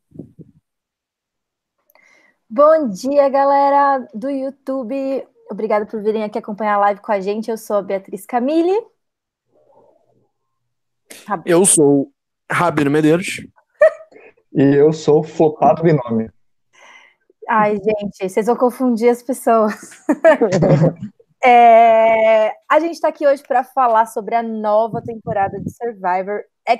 Bom dia, galera do YouTube. Obrigada por virem aqui acompanhar a live com a gente. Eu sou a Beatriz Camille. Eu sou Rabino Medeiros. E eu sou Flopado Binômio. Ai, gente, vocês vão confundir as pessoas. A gente está aqui hoje para falar sobre a nova temporada de Survivor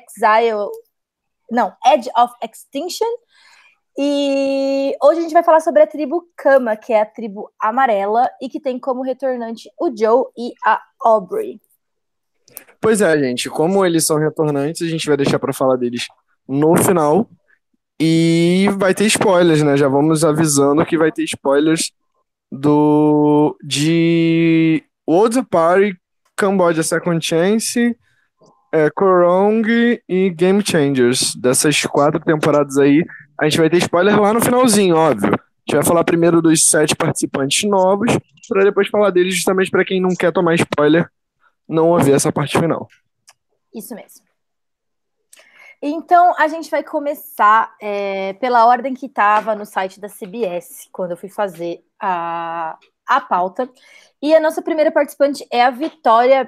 Edge of Extinction. E hoje a gente vai falar sobre a tribo Kama, que é a tribo amarela e que tem como retornante o Joe e a Aubrey. Pois é, gente, como eles são retornantes, a gente vai deixar para falar deles no final. E vai ter spoilers, né? Já vamos avisando que vai ter spoilers de World Party, Cambodia Second Chance, Korong e Game Changers. Dessas 4 temporadas aí, a gente vai ter spoiler lá no finalzinho, óbvio. A gente vai falar primeiro dos 7 participantes novos, para depois falar deles justamente para quem não quer tomar spoiler, não ouvir essa parte final. Isso mesmo. Então, a gente vai começar pela ordem que estava no site da CBS, quando eu fui fazer a pauta. E a nossa primeira participante é a Vitória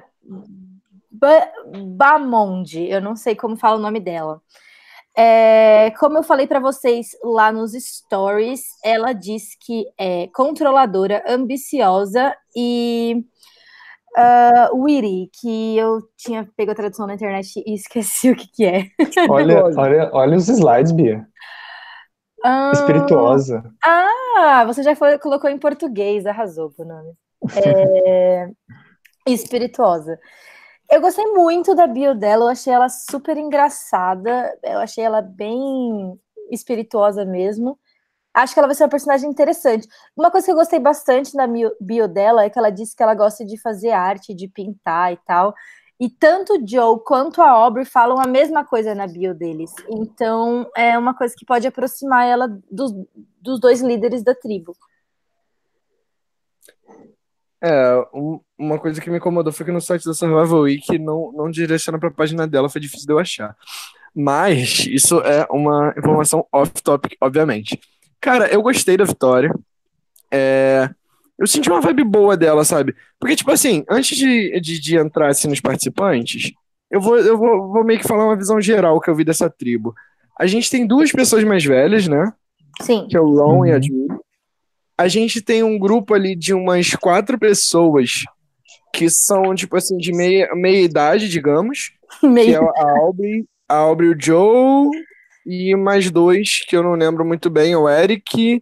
Bamonde. Eu não sei como fala o nome dela. Como eu falei para vocês lá nos stories, ela diz que é controladora, ambiciosa e witty, que eu tinha pego a tradução na internet e esqueci o que é. Olha os slides, Bia. Espirituosa. Você já colocou em português, arrasou o nome. Espirituosa. Eu gostei muito da bio dela, eu achei ela super engraçada, eu achei ela bem espirituosa mesmo. Acho que ela vai ser uma personagem interessante. Uma coisa que eu gostei bastante na bio dela é que ela disse que ela gosta de fazer arte, de pintar e tal. E tanto o Joe quanto a Aubrey falam a mesma coisa na bio deles. Então, é uma coisa que pode aproximar ela dos 2 líderes da tribo. Uma coisa que me incomodou foi que no site da Survival Week não direciona pra página dela, foi difícil de eu achar. Mas isso é uma informação off-topic, obviamente. Cara, eu gostei da Vitória. Eu senti uma vibe boa dela, sabe? Porque, tipo assim, antes de entrar assim, nos participantes, eu vou meio que falar uma visão geral que eu vi dessa tribo. A gente tem 2 pessoas mais velhas, né? Sim. Que é o Ron e a Julie. A gente tem um grupo ali de umas 4 pessoas que são, tipo assim, de meia idade, digamos. Que é a Aubrey, o Joe e mais 2 que eu não lembro muito bem, o Eric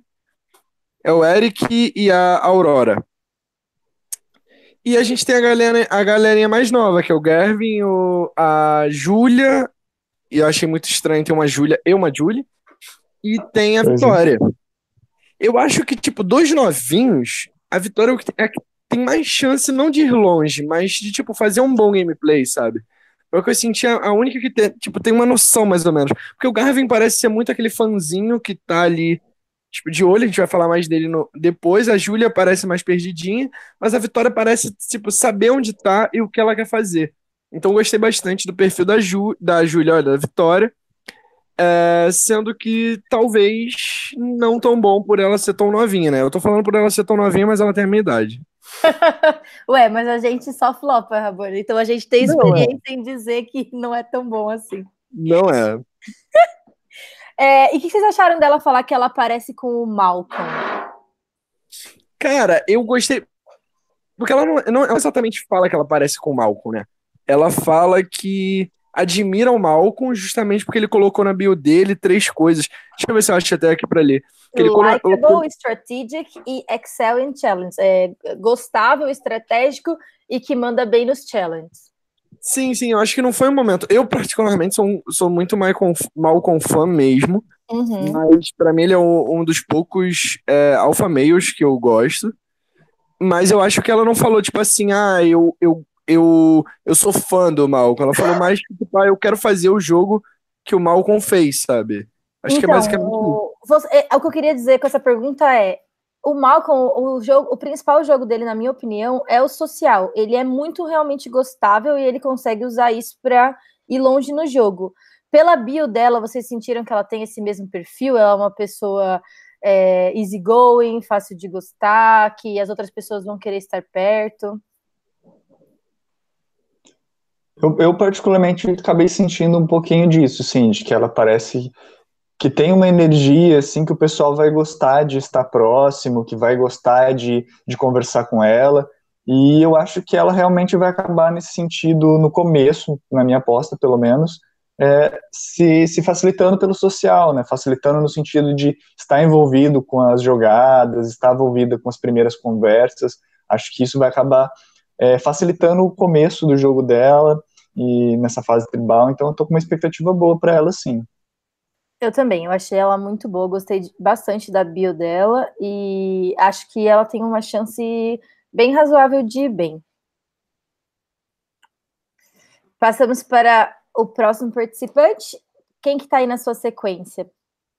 e a Aurora. E a gente tem a galerinha mais nova, que é o Gavin, a Júlia, e eu achei muito estranho ter uma Júlia e uma Julie, e tem a Vitória. Eu acho que, tipo, 2 novinhos, a Vitória é a que tem mais chance não de ir longe, mas de, tipo, fazer um bom gameplay, sabe? Foi o que eu senti a única que tem, tipo, tem uma noção, mais ou menos. Porque o Garvin parece ser muito aquele fãzinho que tá ali, tipo, de olho, a gente vai falar mais dele depois. A Júlia parece mais perdidinha, mas a Vitória parece, tipo, saber onde tá e o que ela quer fazer. Então eu gostei bastante do perfil da Júlia, olha, da Vitória. Sendo que talvez não tão bom por ela ser tão novinha, né? Eu tô falando por ela ser tão novinha, mas ela tem a minha idade. Ué, mas a gente só flopa, Rabone. Então a gente tem experiência em dizer que não é tão bom assim. Não é. E o que vocês acharam dela falar que ela parece com o Malcolm? Cara, eu gostei. Porque ela não exatamente fala que ela parece com o Malcolm, né? Ela fala que admira o Malcolm justamente porque ele colocou na bio dele 3 coisas. Deixa eu ver se eu acho até aqui pra ler. Que ele Likeable, strategic e excel in challenge. Gostável, estratégico e que manda bem nos challenges. Sim, eu acho que não foi um momento. Eu, particularmente, sou muito Malcolm fã mesmo. Uhum. Mas pra mim ele é um dos poucos alpha males que eu gosto. Mas eu acho que ela não falou, tipo assim, eu sou fã do Malcolm. Ela falou mais que, tipo, eu quero fazer o jogo que o Malcolm fez, sabe? Acho que é basicamente isso. O que eu queria dizer com essa pergunta é: o Malcolm, o principal jogo dele, na minha opinião, é o social. Ele é muito realmente gostável e ele consegue usar isso para ir longe no jogo. Pela bio dela, vocês sentiram que ela tem esse mesmo perfil? Ela é uma pessoa easygoing, fácil de gostar, que as outras pessoas vão querer estar perto? Eu particularmente acabei sentindo um pouquinho disso, sim, de que ela parece que tem uma energia, assim, que o pessoal vai gostar de estar próximo, que vai gostar de conversar com ela, e eu acho que ela realmente vai acabar nesse sentido no começo, na minha aposta, pelo menos, se facilitando pelo social, né, facilitando no sentido de estar envolvido com as jogadas, estar envolvida com as primeiras conversas. Acho que isso vai acabar facilitando o começo do jogo dela, e nessa fase tribal, então eu tô com uma expectativa boa para ela, sim. Eu também, eu achei ela muito boa, gostei bastante da bio dela e acho que ela tem uma chance bem razoável de ir bem. Passamos para o próximo participante. Quem que tá aí na sua sequência?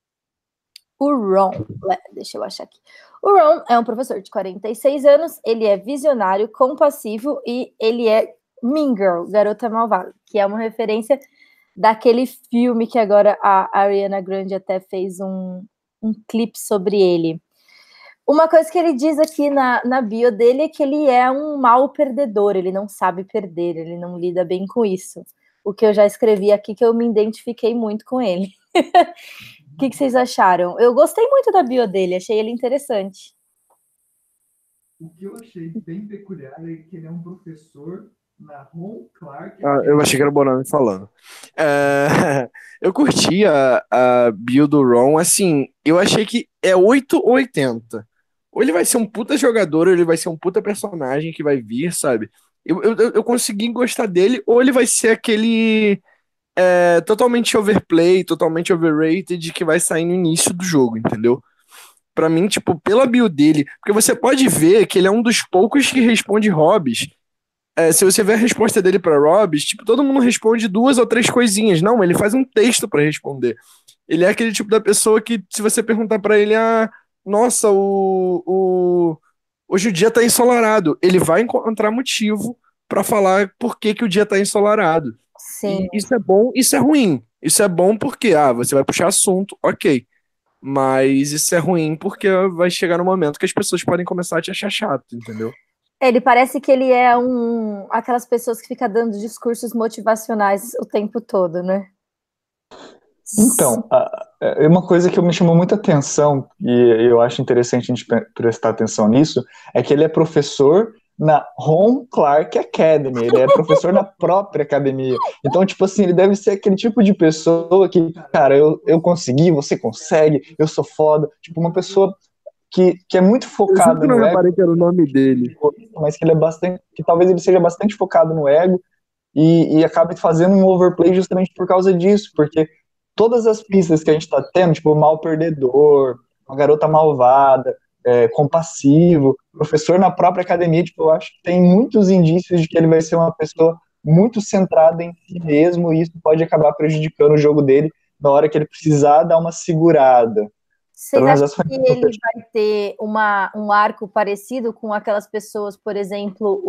O Ron. Deixa eu achar aqui. O Ron é um professor de 46 anos, ele é visionário, compassivo e ele é Mean Girl, Garota Malvada, que é uma referência daquele filme que agora a Ariana Grande até fez um clipe sobre ele. Uma coisa que ele diz aqui na bio dele é que ele é um mau perdedor, ele não sabe perder, ele não lida bem com isso. O que eu já escrevi aqui, que eu me identifiquei muito com ele. O que vocês acharam? Eu gostei muito da bio dele, achei ele interessante. O que eu achei bem peculiar é que ele é um professor na Ron Clark. Eu achei que era o Bonami falando. Eu curti a bio do Ron, assim, eu achei que é 8 ou 80. Ou ele vai ser um puta jogador, ou ele vai ser um puta personagem que vai vir, sabe? Eu consegui gostar dele, ou ele vai ser aquele totalmente overplay, totalmente overrated, que vai sair no início do jogo, entendeu? Pra mim, tipo, pela bio dele, porque você pode ver que ele é um dos poucos que responde hobbies. Se você ver a resposta dele pra Robs, tipo, todo mundo responde 2 ou 3 coisinhas. Não, ele faz um texto pra responder. Ele é aquele tipo da pessoa que, se você perguntar pra ele, nossa, hoje o dia tá ensolarado, ele vai encontrar motivo pra falar por que que o dia tá ensolarado. Sim. E isso é bom, isso é ruim. Isso é bom porque, você vai puxar assunto, ok. Mas isso é ruim porque vai chegar no momento que as pessoas podem começar a te achar chato, entendeu? Ele parece que ele é aquelas pessoas que ficam dando discursos motivacionais o tempo todo, né? Então, uma coisa que me chamou muita atenção, e eu acho interessante a gente prestar atenção nisso, é que ele é professor na Ron Clark Academy, ele é professor na própria academia. Então, tipo assim, ele deve ser aquele tipo de pessoa que, cara, eu consegui, você consegue, eu sou foda. Tipo, uma pessoa que é muito focada Eu não no ego, reparei que era o nome dele. mas que ele é bastante, que talvez ele seja bastante focado no ego e acabe fazendo um overplay justamente por causa disso, porque todas as pistas que a gente está tendo, tipo, mal perdedor, uma garota malvada, compassivo, professor na própria academia, tipo, eu acho que tem muitos indícios de que ele vai ser uma pessoa muito centrada em si mesmo, e isso pode acabar prejudicando o jogo dele na hora que ele precisar dar uma segurada. Vocês acham que ele vai ter um arco parecido com aquelas pessoas, por exemplo,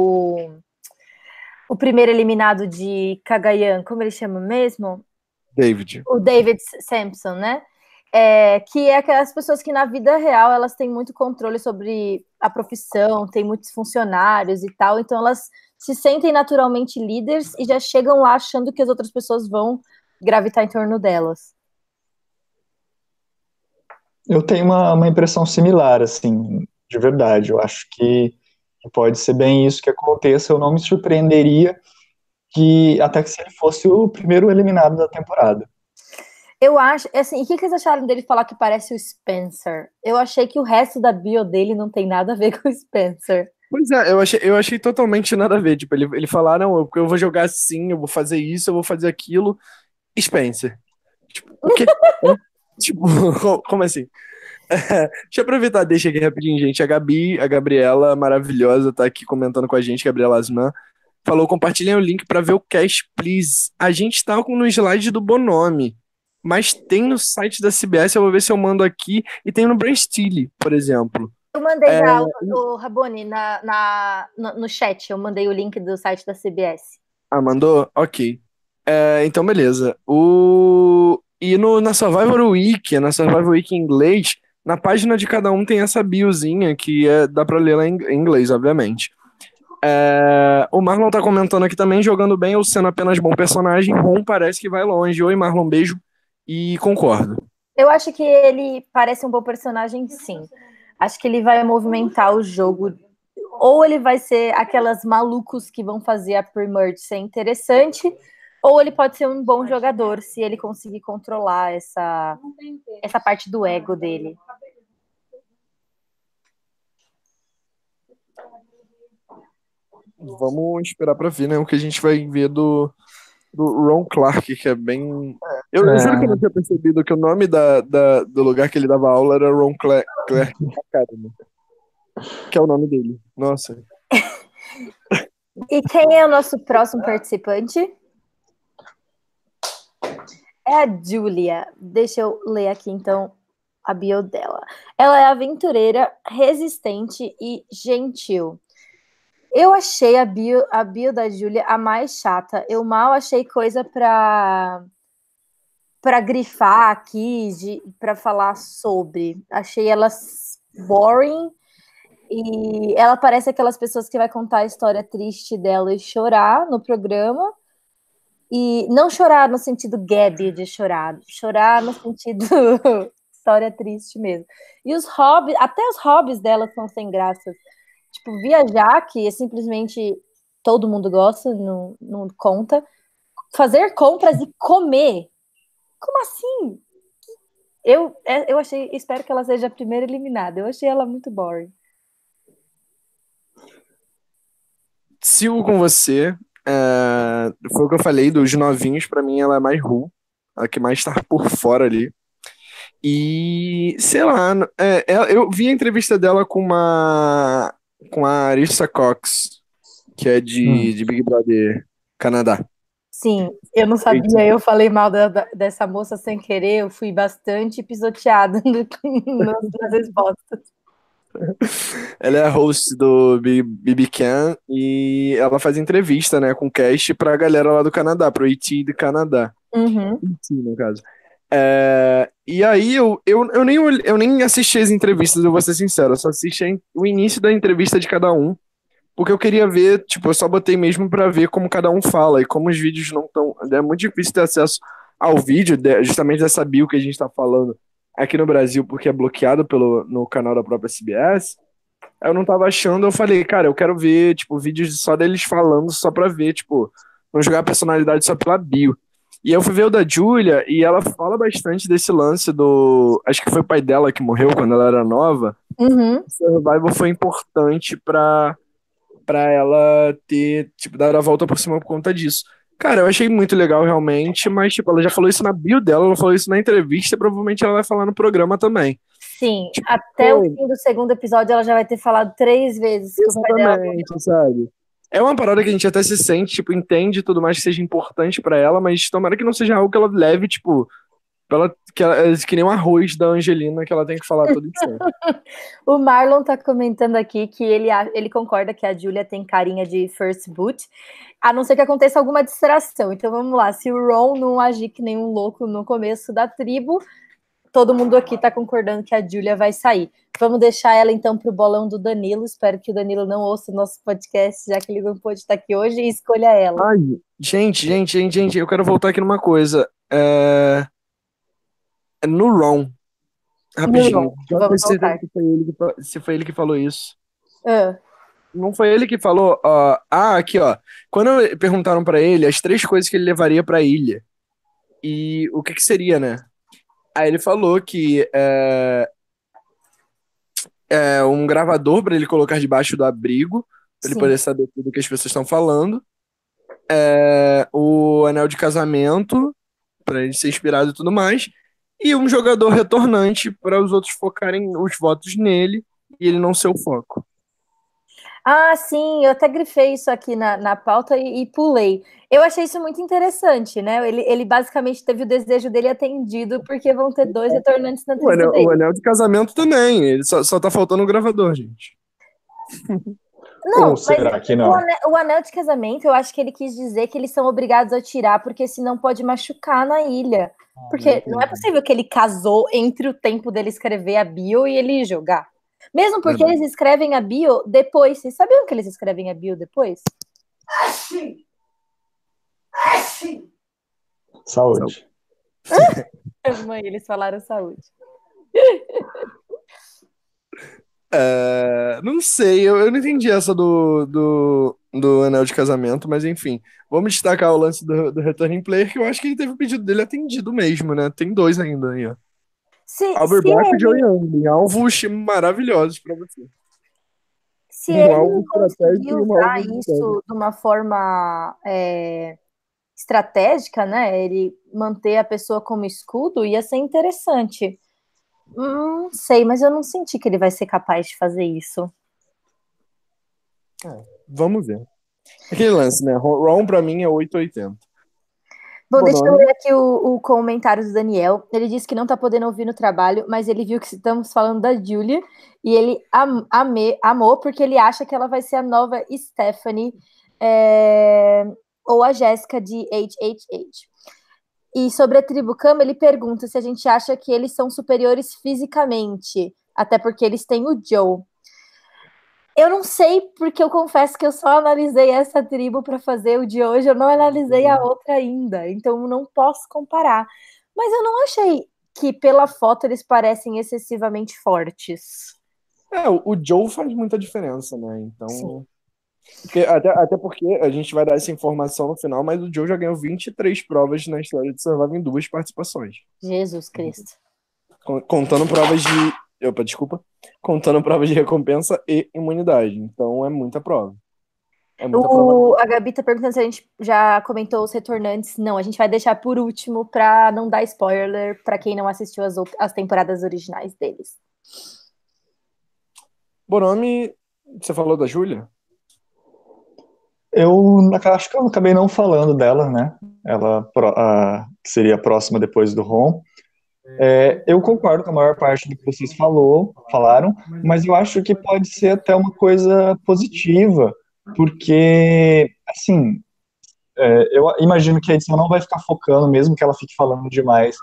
o primeiro eliminado de Cagayan, como ele chama mesmo? David. O David Sampson, né? Que é aquelas pessoas que na vida real elas têm muito controle sobre a profissão, têm muitos funcionários e tal, então elas se sentem naturalmente líderes e já chegam lá achando que as outras pessoas vão gravitar em torno delas. Eu tenho uma impressão similar, assim, de verdade. Eu acho que pode ser bem isso que aconteça. Eu não me surpreenderia até que se ele fosse o primeiro eliminado da temporada. Eu acho, assim, o que vocês acharam dele falar que parece o Spencer? Eu achei que o resto da bio dele não tem nada a ver com o Spencer. Pois é, eu achei totalmente nada a ver. Tipo, ele falar, não, eu vou jogar assim, eu vou fazer isso, eu vou fazer aquilo. Spencer. Tipo, o quê? Tipo, como assim? Deixa eu aproveitar, deixa aqui rapidinho, gente. A Gabriela, maravilhosa, tá aqui comentando com a gente, Gabriela Asman. Falou, compartilhem o link pra ver o cast, please. A gente tá no slide do Bonomi, mas tem no site da CBS, eu vou ver se eu mando aqui, e tem no Brain Steele, por exemplo. Eu mandei o Rabone no chat, eu mandei o link do site da CBS. Mandou? Ok. Então, beleza. E na Survivor Week em inglês, na página de cada um tem essa biozinha que dá pra ler lá em inglês, obviamente. O Marlon tá comentando aqui também, jogando bem ou sendo apenas bom personagem, Ron parece que vai longe. Oi, Marlon, beijo. E concordo. Eu acho que ele parece um bom personagem, sim. Acho que ele vai movimentar o jogo. Ou ele vai ser aquelas malucos que vão fazer a pre-merge ser interessante, ou ele pode ser um bom jogador, se ele conseguir controlar essa parte do ego dele. Vamos esperar pra ver, né? O que a gente vai ver do Ron Clark, que é bem. Eu juro que eu não tinha percebido que o nome do lugar que ele dava aula era Ron Clark Academy. Que é o nome dele. Nossa. E quem é o nosso próximo participante? É a Julia. Deixa eu ler aqui, então, a bio dela. Ela é aventureira, resistente e gentil. Eu achei a bio da Julia a mais chata. Eu mal achei coisa para grifar aqui, para falar sobre. Achei ela boring. E ela parece aquelas pessoas que vai contar a história triste dela e chorar no programa. E não chorar no sentido Gabi de chorar no sentido história triste mesmo. E os hobbies, até os hobbies dela são sem graça. Tipo, viajar, que é simplesmente todo mundo gosta, não conta. Fazer compras e comer. Como assim? Eu espero que ela seja a primeira eliminada. Eu achei ela muito boring. Sigo com você. Foi o que eu falei dos novinhos, pra mim ela é mais Ru, a que mais tá por fora ali. E, sei lá, eu vi a entrevista dela com a Arissa Cox, que é de Big Brother Canadá. Sim, eu não sabia, eu falei mal dessa moça sem querer, eu fui bastante pisoteada nas respostas. Ela é a host do BB Can e ela faz entrevista, né, com cast pra galera lá do Canadá, pro ET do Canadá. Uhum. ET, no caso. E aí eu nem assisti as entrevistas, eu vou ser sincero, eu só assisti o início da entrevista de cada um, porque eu queria ver, tipo, eu só botei mesmo pra ver como cada um fala e como os vídeos não estão. É muito difícil ter acesso ao vídeo, justamente dessa bio que a gente tá falando aqui no Brasil, porque é bloqueado no canal da própria CBS. Aí eu não tava achando, eu falei, cara, eu quero ver, tipo, vídeos só deles falando, só pra ver, tipo, não jogar a personalidade só pela bio. E eu fui ver o da Julia e ela fala bastante desse lance do. Acho que foi o pai dela que morreu quando ela era nova. Uhum. O Survival foi importante pra ela ter, tipo, dado a volta por cima por conta disso. Cara, eu achei muito legal realmente, mas, tipo, ela já falou isso na bio dela, ela falou isso na entrevista, provavelmente ela vai falar no programa também. Sim, Tipo, até o fim do segundo episódio ela já vai ter falado 3 vezes que o pai dela... Exatamente, sabe? É uma parada que a gente até se sente, tipo, entende tudo mais que seja importante pra ela, mas tomara que não seja algo que ela leve, tipo, que nem um arroz da Angelina que ela tem que falar tudo isso. O Marlon tá comentando aqui que ele concorda que a Julia tem carinha de first boot, a não ser que aconteça alguma distração. Então vamos lá, se o Ron não agir que nem um louco no começo da tribo, todo mundo aqui tá concordando que a Julia vai sair. Vamos deixar ela então pro bolão do Danilo. Espero que o Danilo não ouça o nosso podcast, já que ele não pôde estar aqui hoje, e escolha ela. Ai, gente, eu quero voltar aqui numa coisa. No Ron. Rapidinho. Vamos voltar. Se foi ele que falou isso. Ah. Não foi ele que falou, ó. Aqui, ó. Quando perguntaram pra ele as 3 coisas que ele levaria pra ilha. E o que seria, né? Aí ele falou que um gravador pra ele colocar debaixo do abrigo, pra ele poder saber tudo que as pessoas estão falando. O anel de casamento, pra ele ser inspirado e tudo mais. E um jogador retornante para os outros focarem os votos nele e ele não ser o foco. Ah, sim, eu até grifei isso aqui na pauta e pulei. Eu achei isso muito interessante, né? Ele basicamente teve o desejo dele atendido porque vão ter 2 retornantes na tribo dele. O anel de casamento também, ele só tá faltando o gravador, gente. Não, Ou será mas que não? o anel de casamento, eu acho que ele quis dizer que eles são obrigados a tirar, porque senão pode machucar na ilha. Porque não é possível que ele casou entre o tempo dele escrever a bio e ele jogar. Mesmo porque Verdade. eles escrevem a bio depois. Vocês sabiam que eles escrevem a bio depois? Saúde. Mãe, eles falaram saúde. Não sei, eu não entendi essa do anel de casamento, mas enfim. Vamos destacar o lance do Returning Player, que eu acho que ele teve o pedido dele atendido mesmo, né? Tem dois ainda aí, ó. Albert Se Black e Joey ele, Young, alvos maravilhosos pra você. se Um ele alvo conseguir estratégico e um usar alvo de isso de uma forma estratégica, né? Ele manter a pessoa como escudo, ia ser interessante. Não sei, mas eu não senti que ele vai ser capaz de fazer isso. Vamos ver. Aquele lance, né? Ron pra mim é 880. Bom, deixa eu Bonome. ler aqui o comentário do Daniel. Ele disse que não tá podendo ouvir no trabalho, mas ele viu que estamos falando da Julia e ele amou porque ele acha que ela vai ser a nova Stephanie ou a Jéssica de HHH. E sobre a tribo Kama, ele pergunta se a gente acha que eles são superiores fisicamente, até porque eles têm o Joe. Eu não sei, porque eu confesso que eu só analisei essa tribo para fazer o de hoje, eu não analisei a outra ainda, então eu não posso comparar. Mas eu não achei que pela foto eles parecem excessivamente fortes. O Joe faz muita diferença, né? Sim. Então. Até porque a gente vai dar essa informação no final, mas o Joe já ganhou 23 provas na história de Survivor em 2 participações. Jesus Cristo. Contando provas de. Opa, desculpa. Contando provas de recompensa e imunidade. Então é muita prova. É muita prova. A Gabi tá perguntando se a gente já comentou os retornantes. Não, a gente vai deixar por último para não dar spoiler para quem não assistiu as temporadas originais deles. Bonome, você falou da Júlia? Eu acho que eu acabei não falando dela, né? Ela que seria a próxima depois do Ron. Eu concordo com a maior parte do que vocês falaram, mas eu acho que pode ser até uma coisa positiva, porque, assim, eu imagino que a edição não vai ficar focando, mesmo que ela fique falando demais,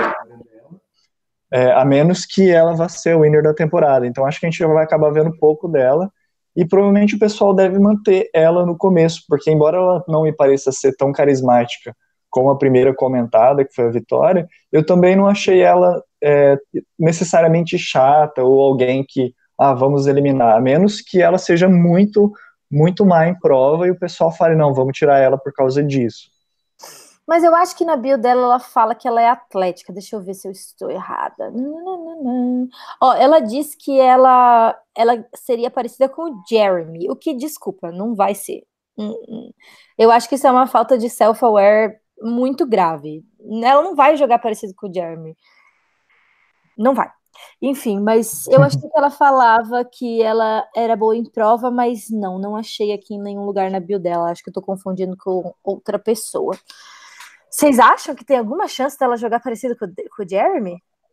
a menos que ela vá ser o winner da temporada. Então acho que a gente vai acabar vendo pouco dela, e provavelmente o pessoal deve manter ela no começo, porque embora ela não me pareça ser tão carismática como a primeira comentada, que foi a Vitória, eu também não achei ela necessariamente chata ou alguém que, vamos eliminar, a menos que ela seja muito, muito má em prova e o pessoal fale, não, vamos tirar ela por causa disso. Mas eu acho que na bio dela ela fala que ela é atlética. Deixa eu ver se eu estou errada. Ó, ela diz que ela seria parecida com o Jeremy. O que, desculpa, não vai ser. Eu acho que isso é uma falta de self-aware muito grave. Ela não vai jogar parecido com o Jeremy. Não vai. Enfim, mas eu achei que ela falava que ela era boa em prova, mas não achei aqui em nenhum lugar na bio dela. Acho que eu tô confundindo com outra pessoa. Vocês acham que tem alguma chance dela jogar parecido com o Jeremy?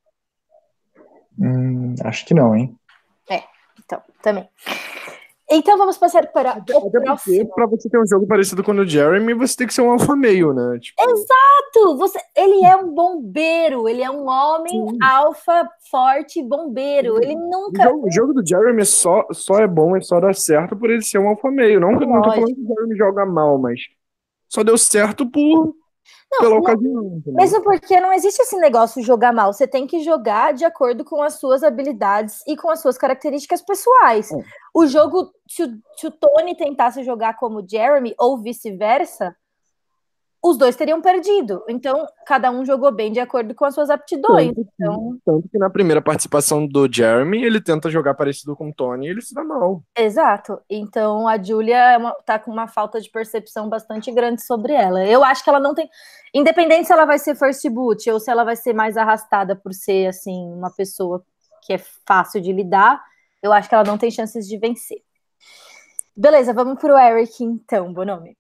Acho que não, hein? Então, também. Então vamos passar para o próximo. Pra você ter um jogo parecido com o Jeremy, você tem que ser um alfa meio, né? Tipo... Exato! Ele é um bombeiro, ele é um homem alfa, forte, bombeiro. Ele nunca. O jogo do Jeremy só é bom e só dá certo por ele ser um alfa meio. Não tô falando que o Jeremy joga mal, mas só deu certo pela ocasião. Mesmo porque não existe esse negócio de jogar mal. Você tem que jogar de acordo com as suas habilidades e com as suas características pessoais. O jogo, se o Tony tentasse jogar como o Jeremy ou vice-versa, os dois teriam perdido. Então, cada um jogou bem de acordo com as suas aptidões. Tanto que na primeira participação do Jeremy, ele tenta jogar parecido com o Tony e ele se dá mal. Exato. Então, a Julia tá com uma falta de percepção bastante grande sobre ela. Eu acho que ela não tem... Independente se ela vai ser first boot ou se ela vai ser mais arrastada por ser, assim, uma pessoa que é fácil de lidar, eu acho que ela não tem chances de vencer. Beleza, vamos pro Eric, então, Bonome.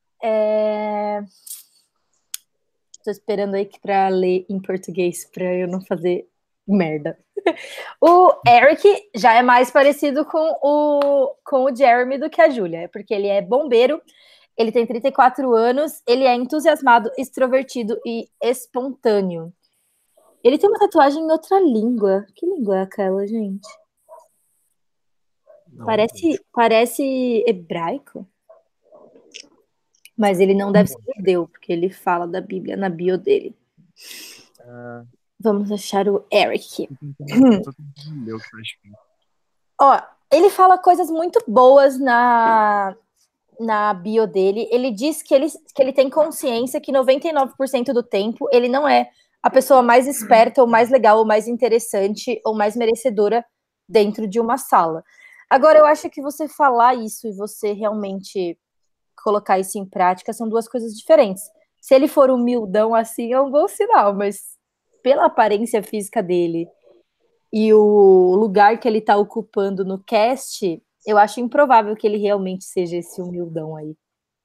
Estou esperando aí para ler em português, para eu não fazer Merda. O Eric já é mais parecido com o Jeremy do que a Julia, porque ele é bombeiro, ele tem 34 anos, ele é entusiasmado, extrovertido e espontâneo. Ele tem uma tatuagem em outra língua. Que língua é aquela, gente? Não, Parece hebraico. Mas ele não deve ser judeu, porque ele fala da Bíblia na bio dele. Vamos achar o Eric. tô tentando ler o que tá escrito. Ó, ele fala coisas muito boas na bio dele. Ele diz que ele tem consciência que 99% do tempo ele não é a pessoa mais esperta, ou mais legal, ou mais interessante, ou mais merecedora dentro de uma sala. Agora, eu acho que você falar isso e você realmente colocar isso em prática são duas coisas diferentes. Se ele for humildão assim, é um bom sinal, mas pela aparência física dele e o lugar que ele tá ocupando no cast, eu acho improvável que ele realmente seja esse humildão aí.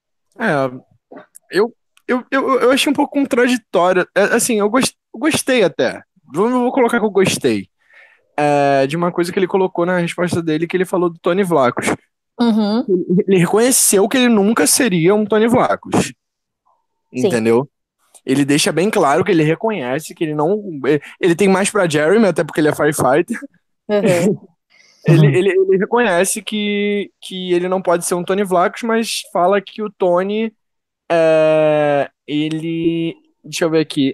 Eu achei um pouco contraditório. Assim, eu gostei até. Vou colocar que eu gostei. De uma coisa que ele colocou na resposta dele, que ele falou do Tony Vlachos. Uhum. Ele reconheceu que ele nunca seria um Tony Vlachos. Entendeu? Ele deixa bem claro que ele reconhece que ele não. Ele tem mais pra Jeremy, até porque ele é firefighter. Uhum. Ele reconhece que ele não pode ser um Tony Vlachos, mas fala que o Tony. Ele. Deixa eu ver aqui.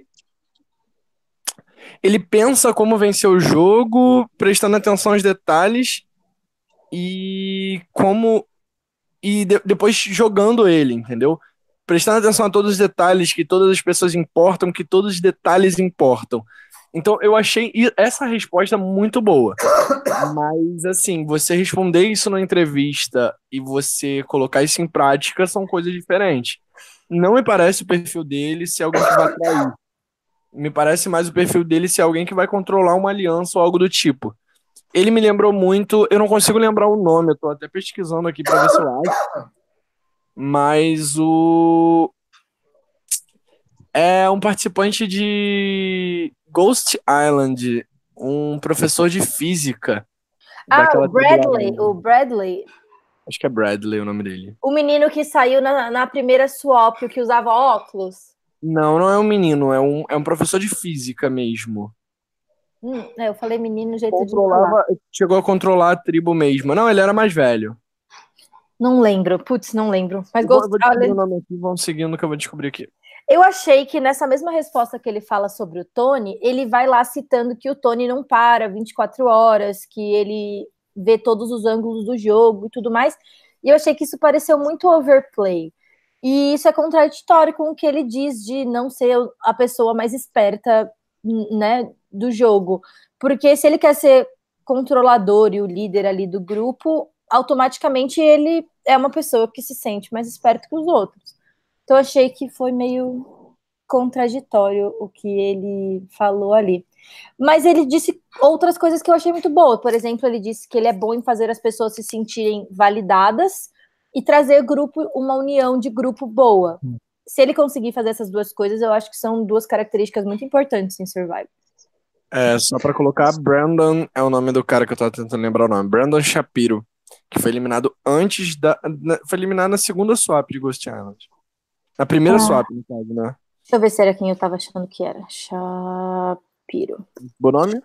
Ele pensa como vencer o jogo, prestando atenção aos detalhes e como. Depois jogando ele, entendeu? Prestando atenção a todos os detalhes, que todas as pessoas importam, que todos os detalhes importam. Então eu achei essa resposta muito boa. Mas, assim, você responder isso na entrevista e você colocar isso em prática são coisas diferentes. Não me parece o perfil dele ser alguém que vai trair. Me parece mais o perfil dele ser alguém que vai controlar uma aliança ou algo do tipo. Ele me lembrou muito, eu não consigo lembrar o nome, eu tô até pesquisando aqui pra ver se eu acho. Mas é um participante de Ghost Island, um professor de física. O Bradley, Acho que é Bradley o nome dele. o menino que saiu na primeira swap, o que usava óculos. Não é um menino, é um professor de física mesmo. Eu falei menino, jeito de falar. Chegou a controlar a tribo mesmo. Não, ele era mais velho. Não lembro, putz, não lembro. Mas Eu vou descobrir o nome aqui, vão seguindo que eu vou descobrir aqui. Eu achei que nessa mesma resposta que ele fala sobre o Tony, ele vai lá citando que o Tony não para 24 horas, que ele vê todos os ângulos do jogo e tudo mais. E eu achei que isso pareceu muito overplay. E isso é contraditório com o que ele diz de não ser a pessoa mais esperta, né, do jogo. Porque se ele quer ser controlador e o líder ali do grupo, automaticamente ele é uma pessoa que se sente mais esperto que os outros. Então, eu achei que foi meio contraditório o que ele falou ali. Mas ele disse outras coisas que eu achei muito boas. Por exemplo, ele disse que ele é bom em fazer as pessoas se sentirem validadas e trazer uma união de grupo boa. Se ele conseguir fazer essas duas coisas, eu acho que são duas características muito importantes em Survivor. Só pra colocar, Brandon é o nome do cara que eu tava tentando lembrar o nome. Brandon Shapiro, que foi eliminado foi eliminado na segunda swap de Ghost Island. Na primeira swap, no caso, né? Deixa eu ver se era quem eu tava achando que era. Shapiro. Bom nome?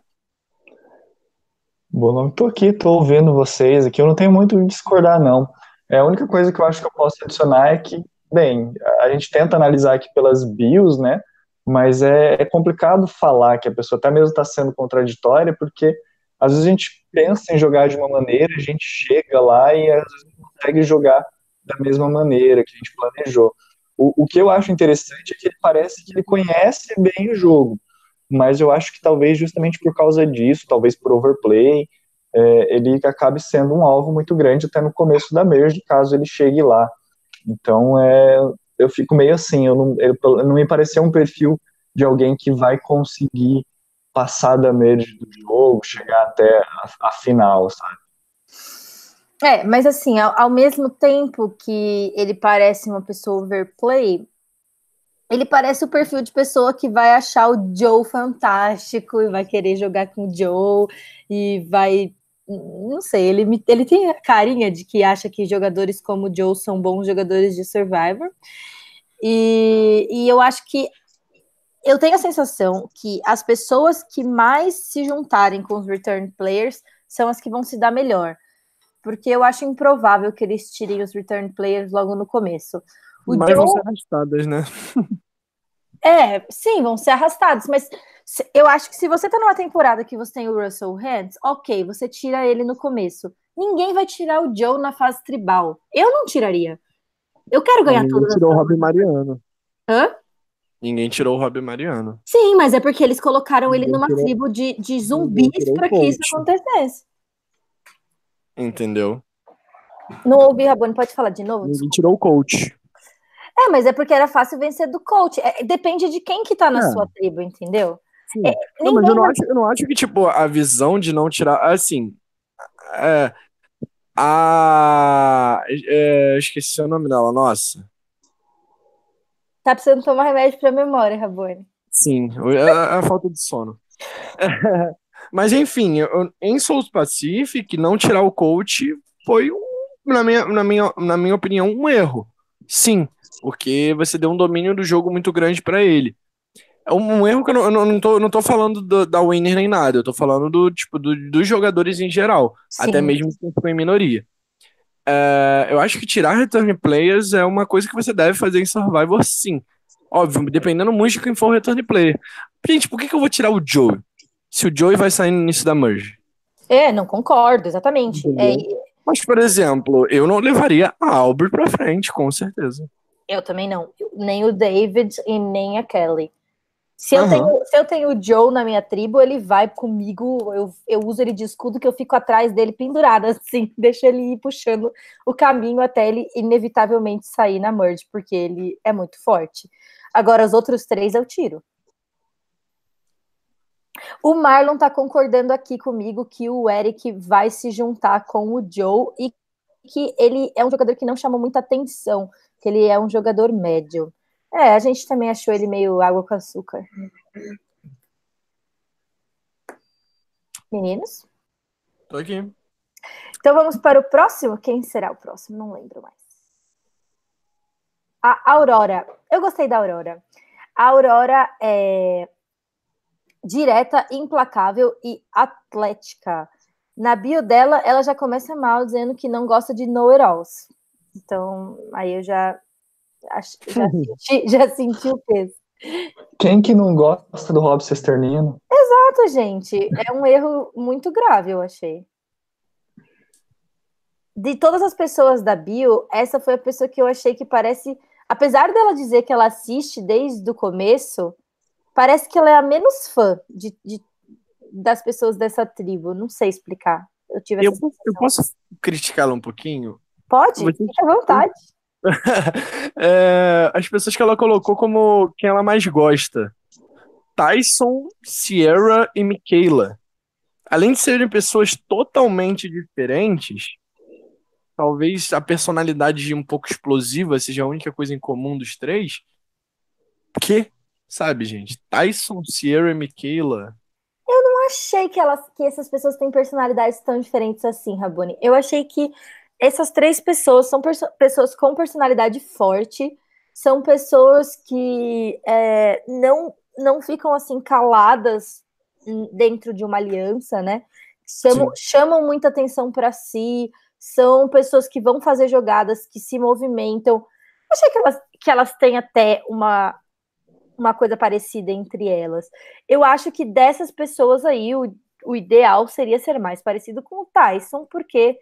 Bom nome, tô aqui, tô ouvindo vocês aqui, eu não tenho muito o que discordar, não. A única coisa que eu acho que eu posso adicionar é que, bem, a gente tenta analisar aqui pelas bios, né, mas é complicado falar que a pessoa até mesmo está sendo contraditória, porque às vezes a gente pensa em jogar de uma maneira, a gente chega lá e às vezes não consegue jogar da mesma maneira que a gente planejou. O que eu acho interessante é que ele parece que ele conhece bem o jogo, mas eu acho que talvez justamente por causa disso, talvez por overplay, ele acabe sendo um alvo muito grande até no começo da merge, caso ele chegue lá. Então, eu fico meio assim, ele não me pareceu um perfil de alguém que vai conseguir passar da merge do jogo, chegar até a final, sabe? Mas assim, ao mesmo tempo que ele parece uma pessoa overplay, Ele parece o perfil de pessoa que vai achar o Joe fantástico e vai querer jogar com o Joe e vai... Não sei, ele tem a carinha de que acha que jogadores como o Joe são bons jogadores de Survivor. E eu acho que eu tenho a sensação que as pessoas que mais se juntarem com os return players são as que vão se dar melhor. Porque eu acho improvável que eles tirem os return players logo no começo. Mas vão ser arrastadas, né? Sim, vão ser arrastados, mas eu acho que se você tá numa temporada que você tem o Russell Hands, ok, você tira ele no começo. Ninguém vai tirar o Joe na fase tribal. Eu não tiraria. Eu quero ganhar Ninguém todas as tirou o fases. Rob Mariano. Hã? Ninguém tirou o Rob Mariano. Sim, mas é porque eles colocaram ele Ninguém numa tirou- tribo de Ninguém zumbis tirou o pra que isso coach. acontecesse. Entendeu? Não ouvi, Rabone, pode falar de novo? Ninguém tirou o coach. Mas é porque era fácil vencer do coach. Depende de quem que tá na sua tribo, entendeu? Sim. Não, mas eu não acho que, tipo, a visão de não tirar. Assim. Esqueci o nome dela, nossa. Tá precisando tomar remédio pra memória, Rabone. Sim, a falta de sono. Mas enfim, em Souls Pacific, não tirar o coach foi, na minha opinião, um erro. Sim, porque você deu um domínio do jogo muito grande pra ele. É um erro que eu não tô falando da winner nem nada, eu tô falando dos jogadores em geral, Sim. até mesmo quem ficou em minoria. Eu acho que tirar return players é uma coisa que você deve fazer em Survivor, sim. Óbvio, dependendo muito de quem for o return player. Gente, por que eu vou tirar o Joey? Se o Joey vai sair no início da merge. Não concordo, exatamente. Mas, por exemplo, eu não levaria a Albert pra frente, com certeza. Eu também não. Nem o David e nem a Kelly. Se eu tenho o Joe na minha tribo, ele vai comigo, eu uso ele de escudo que eu fico atrás dele pendurada, assim, deixo ele ir puxando o caminho até ele inevitavelmente sair na merge, porque ele é muito forte. Agora, os outros 3 eu tiro. O Marlon tá concordando aqui comigo que o Eric vai se juntar com o Joe e que ele é um jogador que não chama muita atenção, que ele é um jogador médio. A gente também achou ele meio água com açúcar. Meninos? Tô aqui. Então vamos para o próximo? Quem será o próximo? Não lembro mais. A Aurora. Eu gostei da Aurora. A Aurora é direta, implacável e atlética. Na bio dela, ela já começa mal, dizendo que não gosta de know-it-alls. Então, aí eu já senti o peso. Quem que não gosta do Rob Cesternino? Exato, gente. É um erro muito grave, eu achei. De todas as pessoas da bio, essa foi a pessoa que eu achei que parece... Apesar dela dizer que ela assiste desde o começo, parece que ela é a menos fã das pessoas dessa tribo. Não sei explicar. Eu posso criticá-la um pouquinho? Pode? Fica à vontade. As pessoas que ela colocou como quem ela mais gosta. Tyson, Sierra e Michaela. Além de serem pessoas totalmente diferentes, talvez a personalidade um pouco explosiva seja a única coisa em comum dos três. Sabe, gente? Tyson, Sierra e Michaela. Eu não achei que essas pessoas têm personalidades tão diferentes assim, Rabone. Eu achei que essas 3 pessoas são pessoas com personalidade forte, são pessoas que não ficam assim caladas dentro de uma aliança, né? Chamam muita atenção para si, são pessoas que vão fazer jogadas, que se movimentam. Achei que elas têm até uma coisa parecida entre elas. Eu acho que dessas pessoas aí, o ideal seria ser mais parecido com o Tyson, porque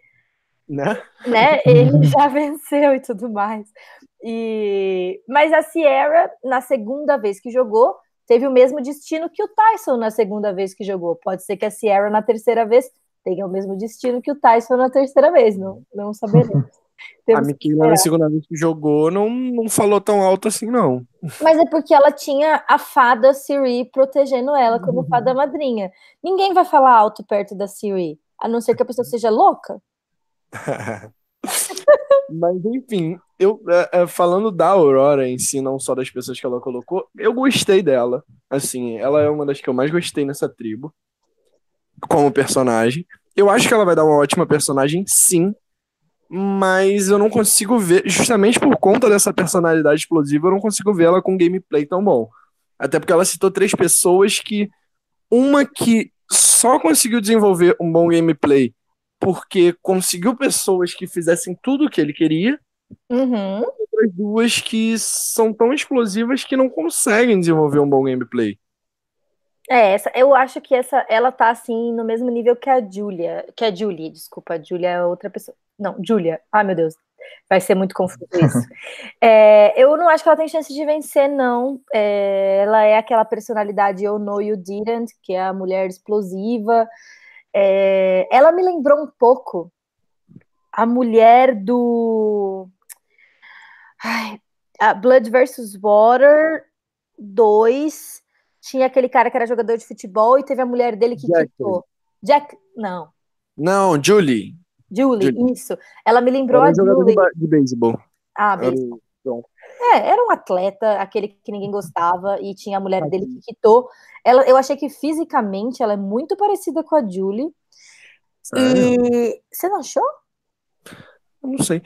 ele já venceu e tudo mais. Mas a Sierra, na segunda vez que jogou, teve o mesmo destino que o Tyson na segunda vez que jogou. Pode ser que a Sierra na terceira vez tenha o mesmo destino que o Tyson na terceira vez, não saberemos. A Michaela na segunda vez que jogou não falou tão alto assim, não. Mas é porque ela tinha a fada Siri protegendo ela como fada madrinha. Ninguém vai falar alto perto da Siri, a não ser que a pessoa seja louca. Mas enfim, falando da Aurora em si, não só das pessoas que ela colocou, eu gostei dela. Assim, ela é uma das que eu mais gostei nessa tribo, como personagem. Eu acho que ela vai dar uma ótima personagem, sim, mas eu não consigo ver, justamente por conta dessa personalidade explosiva, eu não consigo ver ela com gameplay tão bom. Até porque ela citou três pessoas que uma que só conseguiu desenvolver um bom gameplay porque conseguiu pessoas que fizessem tudo o que ele queria, Uhum. outras duas que são tão explosivas que não conseguem desenvolver um bom gameplay. Eu acho que ela tá assim no mesmo nível que a Julia, desculpa, a Julia é outra pessoa. Não, Julia. Ai, meu Deus. Vai ser muito confuso isso. Eu não acho que ela tem chance de vencer, não. Ela é aquela personalidade You Know You Didn't, que é a mulher explosiva. Ela me lembrou um pouco a mulher do a Blood versus Water 2. Tinha aquele cara que era jogador de futebol e teve a mulher dele que quitou. Não. Não, Julie. Julie, isso. Ela me lembrou Era a jogador Julie. de beisebol. Beisebol. Era um atleta, aquele que ninguém gostava, e tinha a mulher dele que quitou. Eu achei que fisicamente ela é muito parecida com a Julie. E você não achou? Eu não sei.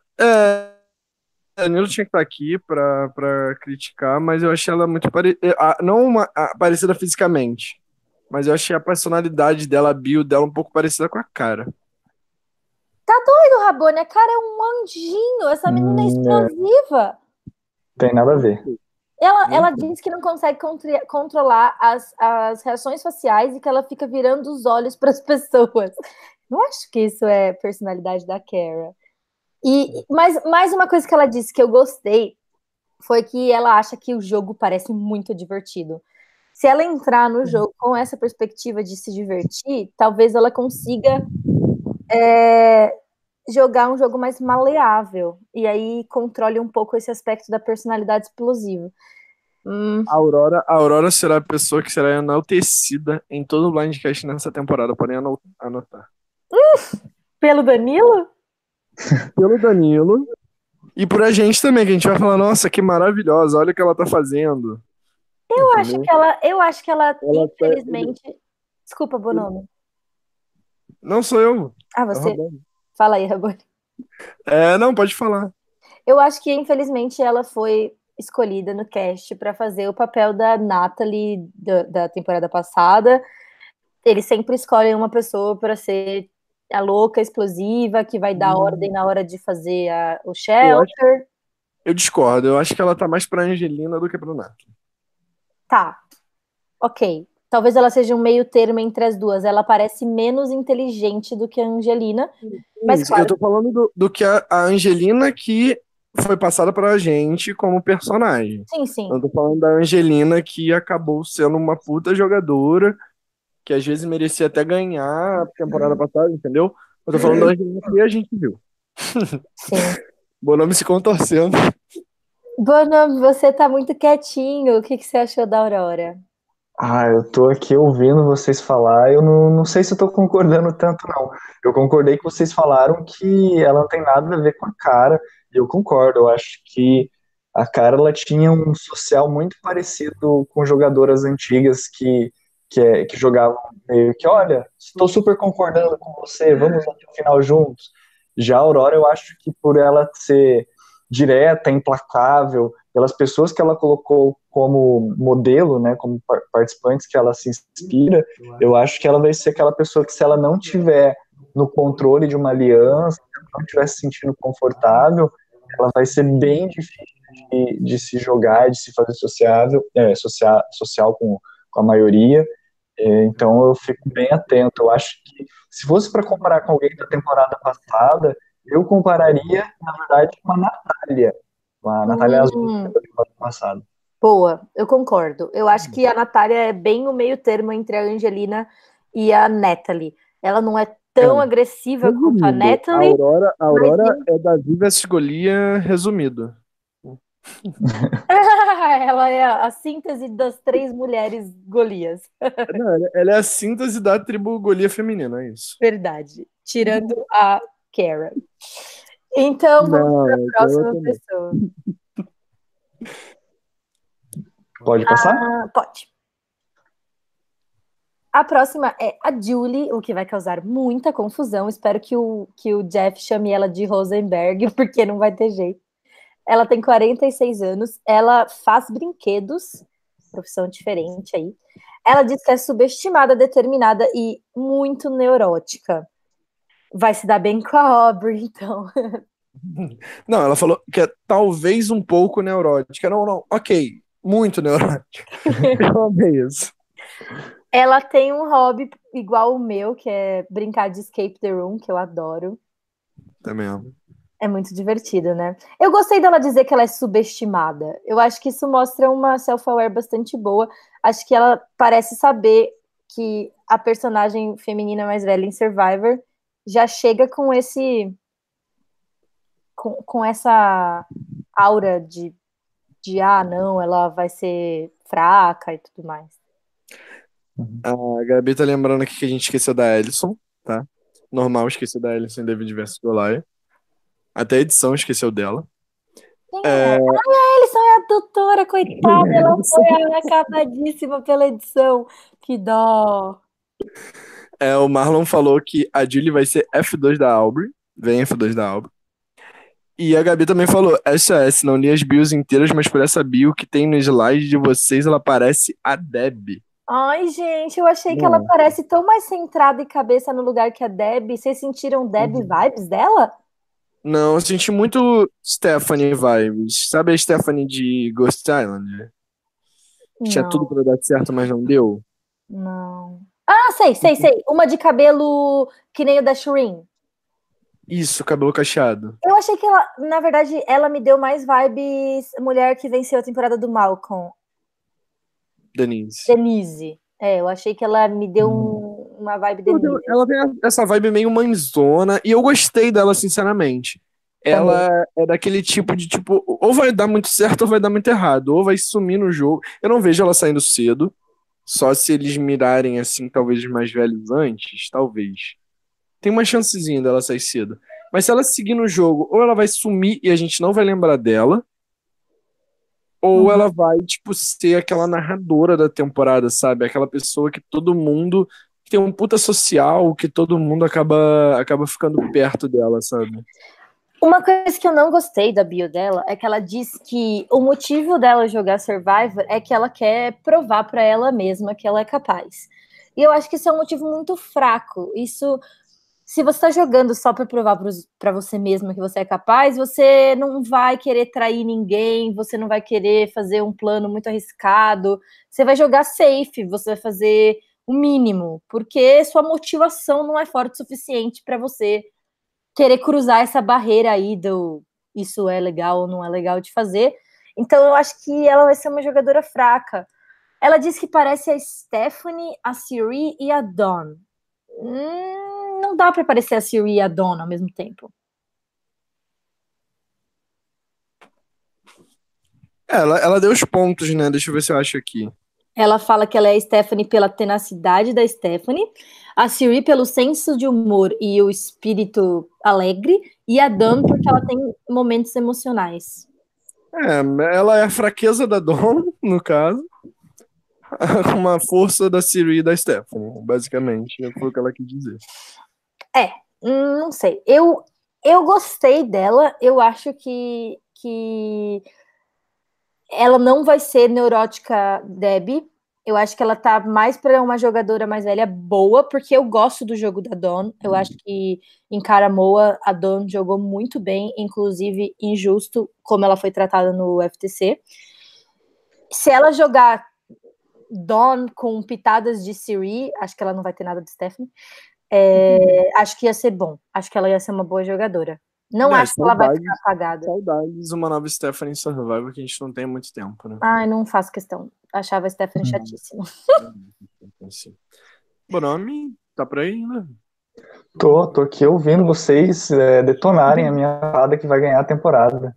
Danilo tinha que estar aqui pra criticar, mas eu achei ela muito não parecida fisicamente, mas eu achei a personalidade dela, a bio dela, um pouco parecida com a cara. Tá doido, Rabone? A cara é um anjinho. Essa menina é explosiva. Tem nada a ver. Ela diz que não consegue controlar as reações faciais e que ela fica virando os olhos para as pessoas. Não acho que isso é personalidade da Kara. Mas mais uma coisa que ela disse que eu gostei foi que ela acha que o jogo parece muito divertido. Se ela entrar no jogo com essa perspectiva de se divertir, talvez ela consiga jogar um jogo mais maleável e aí controle um pouco esse aspecto da personalidade explosiva. A Aurora será a pessoa que será enaltecida em todo o Blindcast nessa temporada, podem anotar. Pelo Danilo? Pelo Danilo. E por a gente também, que a gente vai falar, nossa, que maravilhosa, olha o que ela tá fazendo. Eu acho que ela infelizmente... Desculpa, Bonomo. Não sou eu. Você? Fala aí, Rabone. Não, pode falar. Eu acho que, infelizmente, ela foi escolhida no cast para fazer o papel da Natalie da temporada passada. Eles sempre escolhem uma pessoa para ser a louca, explosiva, que vai dar ordem na hora de fazer o shelter. Eu discordo. Eu acho que ela tá mais pra Angelina do que pra Natalie. Tá. Ok. Talvez ela seja um meio termo entre as duas. Ela parece menos inteligente do que a Angelina. Mas, claro, eu tô falando do que a Angelina que foi passada pra gente como personagem. Sim, sim. Eu tô falando da Angelina que acabou sendo uma puta jogadora, que às vezes merecia até ganhar a temporada passada, entendeu? Eu tô falando da Angelina que a gente viu. Sim. Bonome se contorcendo. Bonome, você tá muito quietinho. O que você achou da Aurora? Eu tô aqui ouvindo vocês falar, eu não sei se eu tô concordando tanto, não. Eu concordei que vocês falaram que ela não tem nada a ver com a cara, e eu concordo, eu acho que a cara, ela tinha um social muito parecido com jogadoras antigas que jogavam meio que, olha, estou super concordando com você, vamos até o final juntos. Já a Aurora, eu acho que por ela ser direta, implacável, pelas pessoas que ela colocou como modelo, né, como participantes que ela se inspira, eu acho que ela vai ser aquela pessoa que, se ela não tiver no controle de uma aliança, não estiver se sentindo confortável, ela vai ser bem difícil de se jogar, de se fazer social com a maioria. Então eu fico bem atento. Eu acho que, se fosse para comparar com alguém da temporada passada, eu compararia, na verdade, com a Natália. A Natália Azul, da temporada passada. Boa, eu concordo. Eu acho que a Natália é bem o meio termo entre a Angelina e a Natalie. Ela não é tão agressiva quanto a Natalie. A Aurora é Davi vs Golias resumido. Ela é a síntese das 3 mulheres Golias. Não, ela é a síntese da tribo Golias feminina, é isso. Verdade. Tirando a Kara. Então, vamos Não, para a essa é próxima outra não. pessoa. Pode passar? Ah, pode. A próxima é a Julie, o que vai causar muita confusão. Espero que o Jeff chame ela de Rosenberg, porque não vai ter jeito. Ela tem 46 anos, ela faz brinquedos, profissão diferente aí. Ela diz que é subestimada, determinada e muito neurótica. Vai se dar bem com a Aubrey, então. Não, ela falou que é talvez um pouco neurótica. Não, ok. Muito neurótica. Eu amei isso. Ela tem um hobby igual o meu, que é brincar de escape the room, que eu adoro. Também amo. É muito divertido, né? Eu gostei dela dizer que ela é subestimada. Eu acho que isso mostra uma self-aware bastante boa. Acho que ela parece saber que a personagem feminina mais velha em Survivor já chega com com essa aura de não, ela vai ser fraca e tudo mais. A Gabi tá lembrando aqui que a gente esqueceu da Ellison, tá? Normal esquecer da Ellison em David vs Goliath. Até a edição esqueceu dela. Quem é? A Ellison é a doutora, coitada, ela foi acabadíssima pela edição. Que dó. O Marlon falou que a Julie vai ser F2 da Aubrey. Vem F2 da Aubrey. E a Gabi também falou, SOS, não li as bios inteiras, mas por essa bio que tem no slide de vocês, ela parece a Deb. Ai, gente, eu achei que ela parece tão mais centrada e cabeça no lugar que a Deb. Vocês sentiram Deb vibes dela? Não, eu senti muito Stephanie vibes. Sabe a Stephanie de Ghost Island? Que tinha tudo pra dar certo, mas não deu? Não. Ah, sei. Uma de cabelo que nem o da Shireen. Isso, cabelo cacheado. Eu achei que ela, na verdade, ela me deu mais vibes mulher que venceu a temporada do Malcolm. Denise. Eu achei que ela me deu uma vibe Denise. Ela tem essa vibe meio mãezona, e eu gostei dela, sinceramente. Ela é daquele tipo de, tipo, ou vai dar muito certo ou vai dar muito errado, ou vai sumir no jogo. Eu não vejo ela saindo cedo, só se eles mirarem, assim, talvez os mais velhos antes, talvez. Tem uma chancezinha dela sair cedo. Mas se ela seguir no jogo, ou ela vai sumir e a gente não vai lembrar dela, ou ela vai, tipo, ser aquela narradora da temporada, sabe? Aquela pessoa que todo mundo tem um puta social, que todo mundo acaba ficando perto dela, sabe? Uma coisa que eu não gostei da bio dela é que ela diz que o motivo dela jogar Survivor é que ela quer provar pra ela mesma que ela é capaz. E eu acho que isso é um motivo muito fraco. Isso, se você tá jogando só pra provar pra você mesma que você é capaz, você não vai querer trair ninguém, você não vai querer fazer um plano muito arriscado. Você vai jogar safe, você vai fazer o mínimo, porque sua motivação não é forte o suficiente pra você querer cruzar essa barreira aí do isso é legal ou não é legal de fazer. Então eu acho que ela vai ser uma jogadora fraca. Ela diz que parece a Stephanie, a Cirie e a Dawn. Não dá para parecer a Cirie e a Dawn ao mesmo tempo. Ela deu os pontos, né? Deixa eu ver se eu acho aqui. Ela fala que ela é a Stephanie pela tenacidade da Stephanie, a Cirie pelo senso de humor e o espírito alegre, e a Dawn porque ela tem momentos emocionais. Ela é a fraqueza da Dawn, no caso, com uma força da Ciri e da Stephanie, basicamente, foi o que ela quis dizer. Não sei. Eu gostei dela, eu acho que ela não vai ser neurótica Debbie. Eu acho que ela tá mais para uma jogadora mais velha boa, porque eu gosto do jogo da Dawn. Eu acho que em Caramoa a Dawn jogou muito bem, inclusive injusto como ela foi tratada no FTC. Se ela jogar Dawn com pitadas de Cirie, acho que ela não vai ter nada de Stephanie. Acho que ia ser bom. Acho que ela ia ser uma boa jogadora. Não acho que ela vai ficar apagada. Saudades, uma nova Stephanie Survivor que a gente não tem há muito tempo, né? Ai, não faço questão. Achava a Stephanie chatíssima. Bonome, tá por aí, né? Tô aqui ouvindo vocês detonarem a minha fada que vai ganhar a temporada.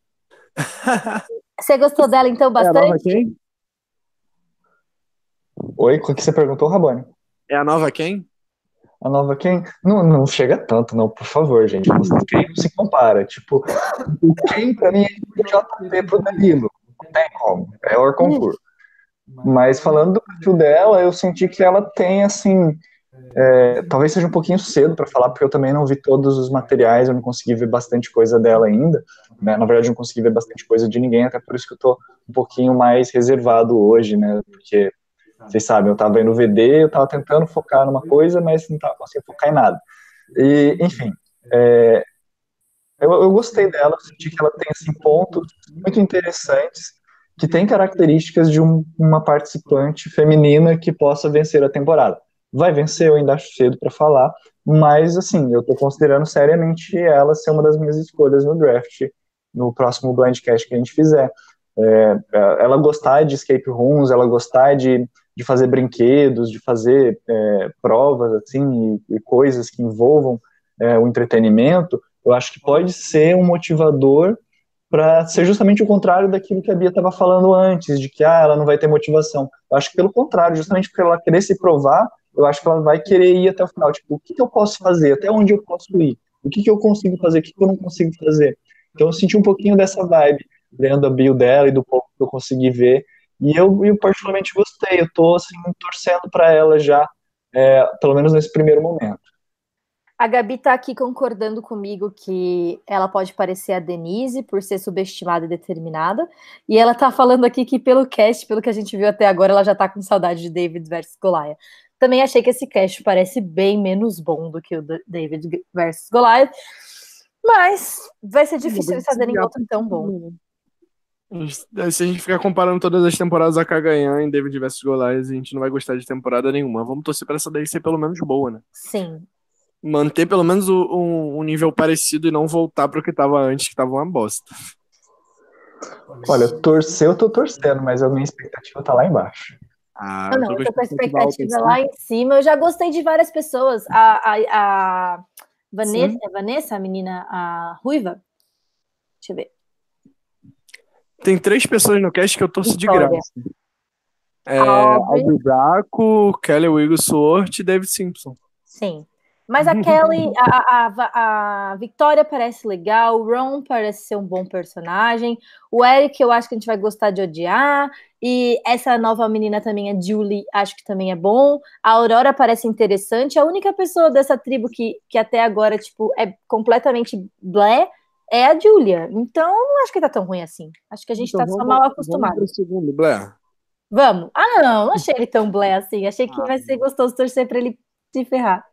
Você gostou dela, então, bastante? É a nova quem? Oi, o que você perguntou, Rabone? É a nova quem? A nova quem? Não, não chega tanto, não, por favor, gente. Quem não se compara. Tipo, o quem pra mim é tipo o JP pro Danilo. Não tem como. É o concurso. Mas falando do perfil dela, eu senti que ela tem, assim, talvez seja um pouquinho cedo para falar, porque eu também não vi todos os materiais, eu não consegui ver bastante coisa dela ainda, né? Na verdade, eu não consegui ver bastante coisa de ninguém, até por isso que eu tô um pouquinho mais reservado hoje, né? Porque, vocês sabem, eu tava aí no VD, eu tava tentando focar numa coisa, mas não tava conseguindo focar em nada. E, enfim, eu gostei dela, senti que ela tem, assim, pontos muito interessantes, que tem características de uma participante feminina que possa vencer a temporada. Vai vencer, eu ainda acho cedo para falar, mas, assim, eu estou considerando seriamente ela ser uma das minhas escolhas no draft, no próximo Blindcast que a gente fizer. Ela gostar de escape rooms, ela gostar de fazer brinquedos, de fazer provas, assim, e coisas que envolvam o entretenimento, eu acho que pode ser um motivador para ser justamente o contrário daquilo que a Bia estava falando antes, de que ela não vai ter motivação. Eu acho que pelo contrário, justamente porque ela querer se provar, eu acho que ela vai querer ir até o final. Tipo, o que eu posso fazer? Até onde eu posso ir? O que eu consigo fazer? O que eu não consigo fazer? Então eu senti um pouquinho dessa vibe, lendo a bio dela e do pouco que eu consegui ver. E eu particularmente gostei. Eu tô assim, torcendo para ela já, pelo menos nesse primeiro momento. A Gabi tá aqui concordando comigo que ela pode parecer a Denise por ser subestimada e determinada. E ela tá falando aqui que pelo cast, pelo que a gente viu até agora, ela já tá com saudade de David versus Goliath. Também achei que esse cast parece bem menos bom do que o David versus Goliath. Mas vai ser difícil eles fazerem outro tão bom. Se a gente ficar comparando todas as temporadas a Kaganhan em David vs Goliath, a gente não vai gostar de temporada nenhuma. Vamos torcer pra essa daí ser pelo menos boa, né? Sim. Manter pelo menos um nível parecido e não voltar pro que tava antes, que tava uma bosta. Olha, torcer eu tô torcendo, mas a minha expectativa tá lá embaixo. Eu tô com a expectativa lá em cima. Eu já gostei de várias pessoas. A Vanessa, Vanessa, a menina, a Ruiva. Deixa eu ver. Tem 3 pessoas no cast que eu torço de Vitória. graça. Aubrey Braco, Kelly Wigglesworth e David Simpson. Sim. Mas a Kelly, a Victoria parece legal, o Ron parece ser um bom personagem, o Eric eu acho que a gente vai gostar de odiar, e essa nova menina também, a Julie, acho que também é bom, a Aurora parece interessante, a única pessoa dessa tribo que até agora, tipo, é completamente blé, é a Julia, então não acho que tá tão ruim assim, acho que a gente tá só mal acostumado. Vamos pro segundo, Blair. Vamos? Ah, não achei ele tão blé assim, achei que vai ser gostoso torcer pra ele se ferrar.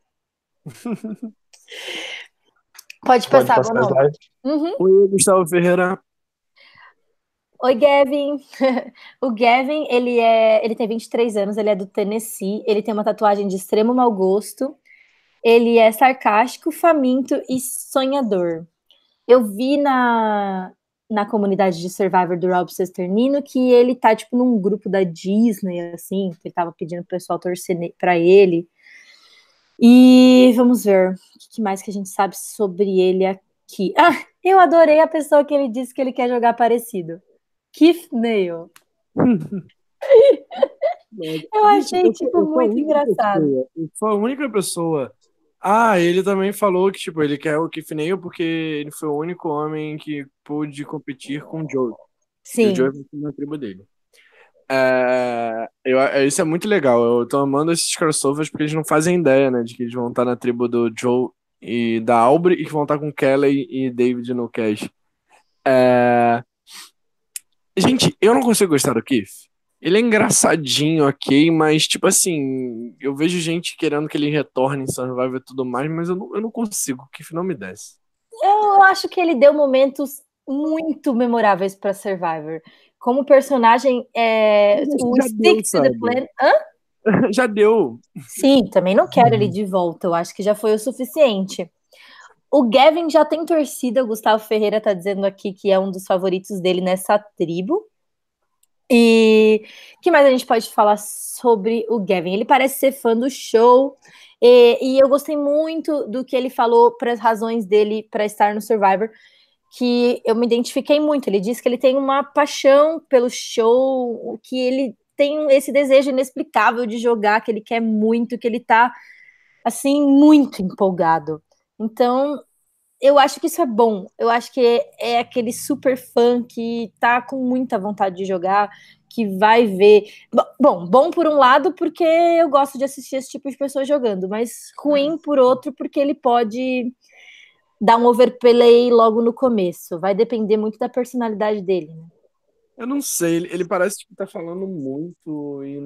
Pode passar, Bono. Oi, Gustavo Ferreira. Oi, Gavin. O Gavin, ele tem 23 anos, ele é do Tennessee, ele tem uma tatuagem de extremo mau gosto, ele é sarcástico, faminto e sonhador. Eu vi na comunidade de Survivor do Rob Cesternino que ele tá, tipo, num grupo da Disney, assim, que ele tava pedindo pro pessoal torcer pra ele. E vamos ver o que mais que a gente sabe sobre ele aqui. Ah, eu adorei a pessoa que ele disse que ele quer jogar parecido. Keith Neal. Eu achei, tipo, muito engraçado. Foi a única pessoa. Ah, ele também falou que, tipo, ele quer o Keith Neal porque ele foi o único homem que pôde competir com o Joe. Sim. E o Joe é na tribo dele. Isso é muito legal. Eu tô amando esses crossovers porque eles não fazem ideia, né, de que eles vão estar na tribo do Joe e da Aubrey e que vão estar com Kelly e David no cast. Gente, eu não consigo gostar do Keith. Ele é engraçadinho, ok, mas, tipo assim, eu vejo gente querendo que ele retorne em Survivor e tudo mais, mas eu não consigo. O Keith não me desce. Eu acho que ele deu momentos muito memoráveis para Survivor. Como personagem, o Stick to the Plan. Hã? Já deu. Sim, também não quero ele de volta. Eu acho que já foi o suficiente. O Gavin já tem torcida. O Gustavo Ferreira tá dizendo aqui que é um dos favoritos dele nessa tribo. E o que mais a gente pode falar sobre o Gavin? Ele parece ser fã do show. E eu gostei muito do que ele falou para as razões dele para estar no Survivor, que eu me identifiquei muito. Ele disse que ele tem uma paixão pelo show, que ele tem esse desejo inexplicável de jogar, que ele quer muito, que ele tá assim, muito empolgado. Então, eu acho que isso é bom. Eu acho que é aquele super fã que tá com muita vontade de jogar, que vai ver. Bom por um lado, porque eu gosto de assistir esse tipo de pessoa jogando, mas ruim por outro, porque ele pode dar um overplay logo no começo. Vai depender muito da personalidade dele, né? Eu não sei, ele parece que tá falando muito e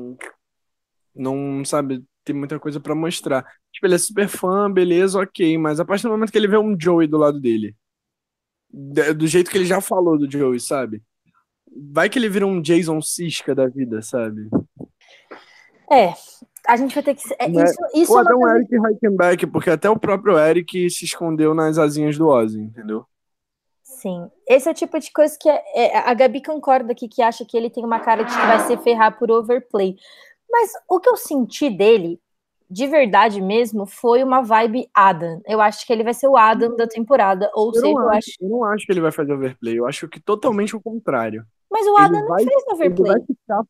não sabe, tem muita coisa pra mostrar. Tipo, ele é super fã, beleza, ok, mas a partir do momento que ele vê um Joey do lado dele, do jeito que ele já falou do Joey, sabe? Vai que ele vira um Jason Siska da vida, sabe? É, a gente vai ter que. Né? Isso Ou é até uma um coisa. Eric Reichenbach, porque até o próprio Eric se escondeu nas asinhas do Ozzy, entendeu? Sim, esse é o tipo de coisa que a Gabi concorda aqui, que acha que ele tem uma cara de que vai se ferrar por overplay. Mas o que eu senti dele, de verdade mesmo, foi uma vibe Adam. Eu acho que ele vai ser o Adam da temporada, ou Eu não seja, eu acho, acho. eu não acho que ele vai fazer overplay, eu acho que totalmente o contrário. Mas o Ele Adam não vai, fez ele vai overplay.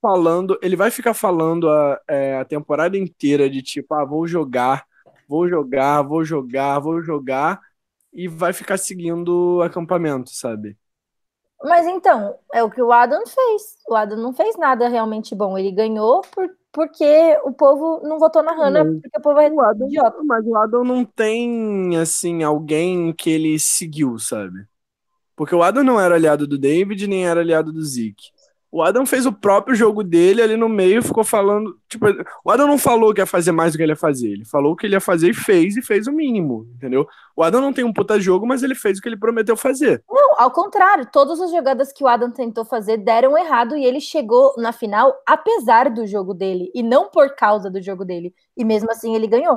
ficar falando a temporada inteira de tipo, vou jogar, vou jogar, vou jogar, vou jogar, e vai ficar seguindo o acampamento, sabe? Mas então, é o que o Adam fez. O Adam não fez nada realmente bom. Ele ganhou porque o povo não votou na Hannah, Mas porque o povo é o Adam, idiota. mas o Adam não tem, assim, alguém que ele seguiu, sabe? Porque o Adam não era aliado do David, nem era aliado do Zeke. O Adam fez o próprio jogo dele ali no meio, ficou falando. Tipo, o Adam não falou que ia fazer mais do que ele ia fazer. Ele falou o que ele ia fazer e fez o mínimo, entendeu? O Adam não tem um puta jogo, mas ele fez o que ele prometeu fazer. Não, ao contrário, todas as jogadas que o Adam tentou fazer deram errado e ele chegou na final apesar do jogo dele e não por causa do jogo dele. E mesmo assim ele ganhou.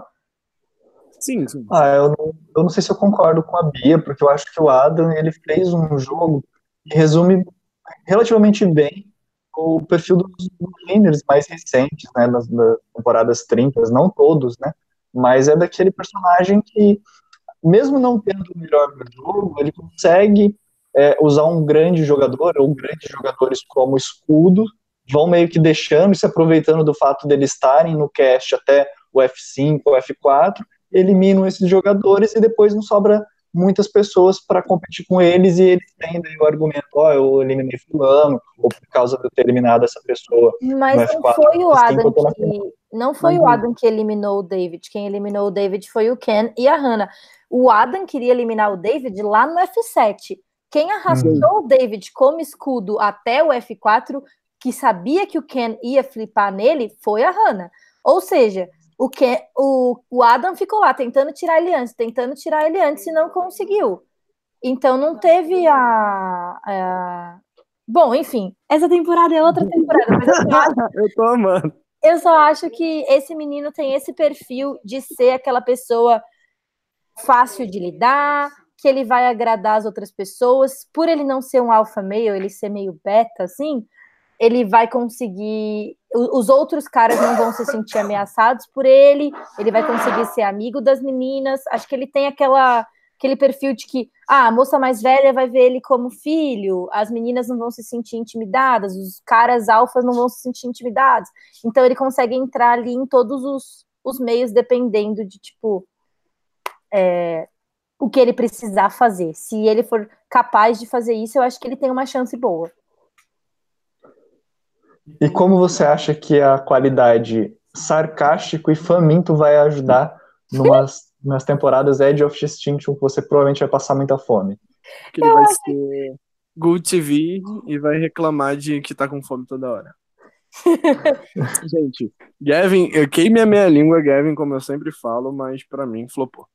Sim, sim. Eu não sei se eu concordo com a Bia, porque eu acho que o Adam ele fez um jogo que resume relativamente bem o perfil dos laners mais recentes, né, das temporadas 30, não todos, né, mas é daquele personagem que, mesmo não tendo o melhor do jogo, ele consegue usar um grande jogador ou grandes jogadores como escudo, vão meio que deixando e se aproveitando do fato deles estarem no cast até o F5, o F4, eliminam esses jogadores e depois não sobra muitas pessoas para competir com eles e eles têm daí o argumento, eu eliminei fulano, ou por causa de eu ter eliminado essa pessoa no Mas F4, F5, eu tô na final. não foi o Adam que eliminou o David. Quem eliminou o David foi o Ken e a Hannah. O Adam queria eliminar o David lá no F7. Quem arrastou o David como escudo até o F4, que sabia que o Ken ia flipar nele, foi a Hannah. Ou seja, o Adam ficou lá tentando tirar ele antes e não conseguiu. Então não teve Bom, enfim, essa temporada é outra temporada, mas Eu tô amando. eu só acho que esse menino tem esse perfil de ser aquela pessoa fácil de lidar, que ele vai agradar as outras pessoas. Por ele não ser um alpha male, ele ser meio beta, assim, ele vai conseguir. Os outros caras não vão se sentir ameaçados por ele vai conseguir ser amigo das meninas. Acho que ele tem aquele perfil de que a moça mais velha vai ver ele como filho, as meninas não vão se sentir intimidadas, os caras alfas não vão se sentir intimidados. Então ele consegue entrar ali em todos os meios, dependendo de, tipo, o que ele precisar fazer. Se ele for capaz de fazer isso, eu acho que ele tem uma chance boa. E como você acha que a qualidade sarcástico e faminto vai ajudar nas temporadas Edge of Extinction, que você provavelmente vai passar muita fome? Que ele vai ser Good TV e vai reclamar de que tá com fome toda hora. Gente, Gavin, eu queimei a minha língua, Gavin, como eu sempre falo, mas pra mim flopou.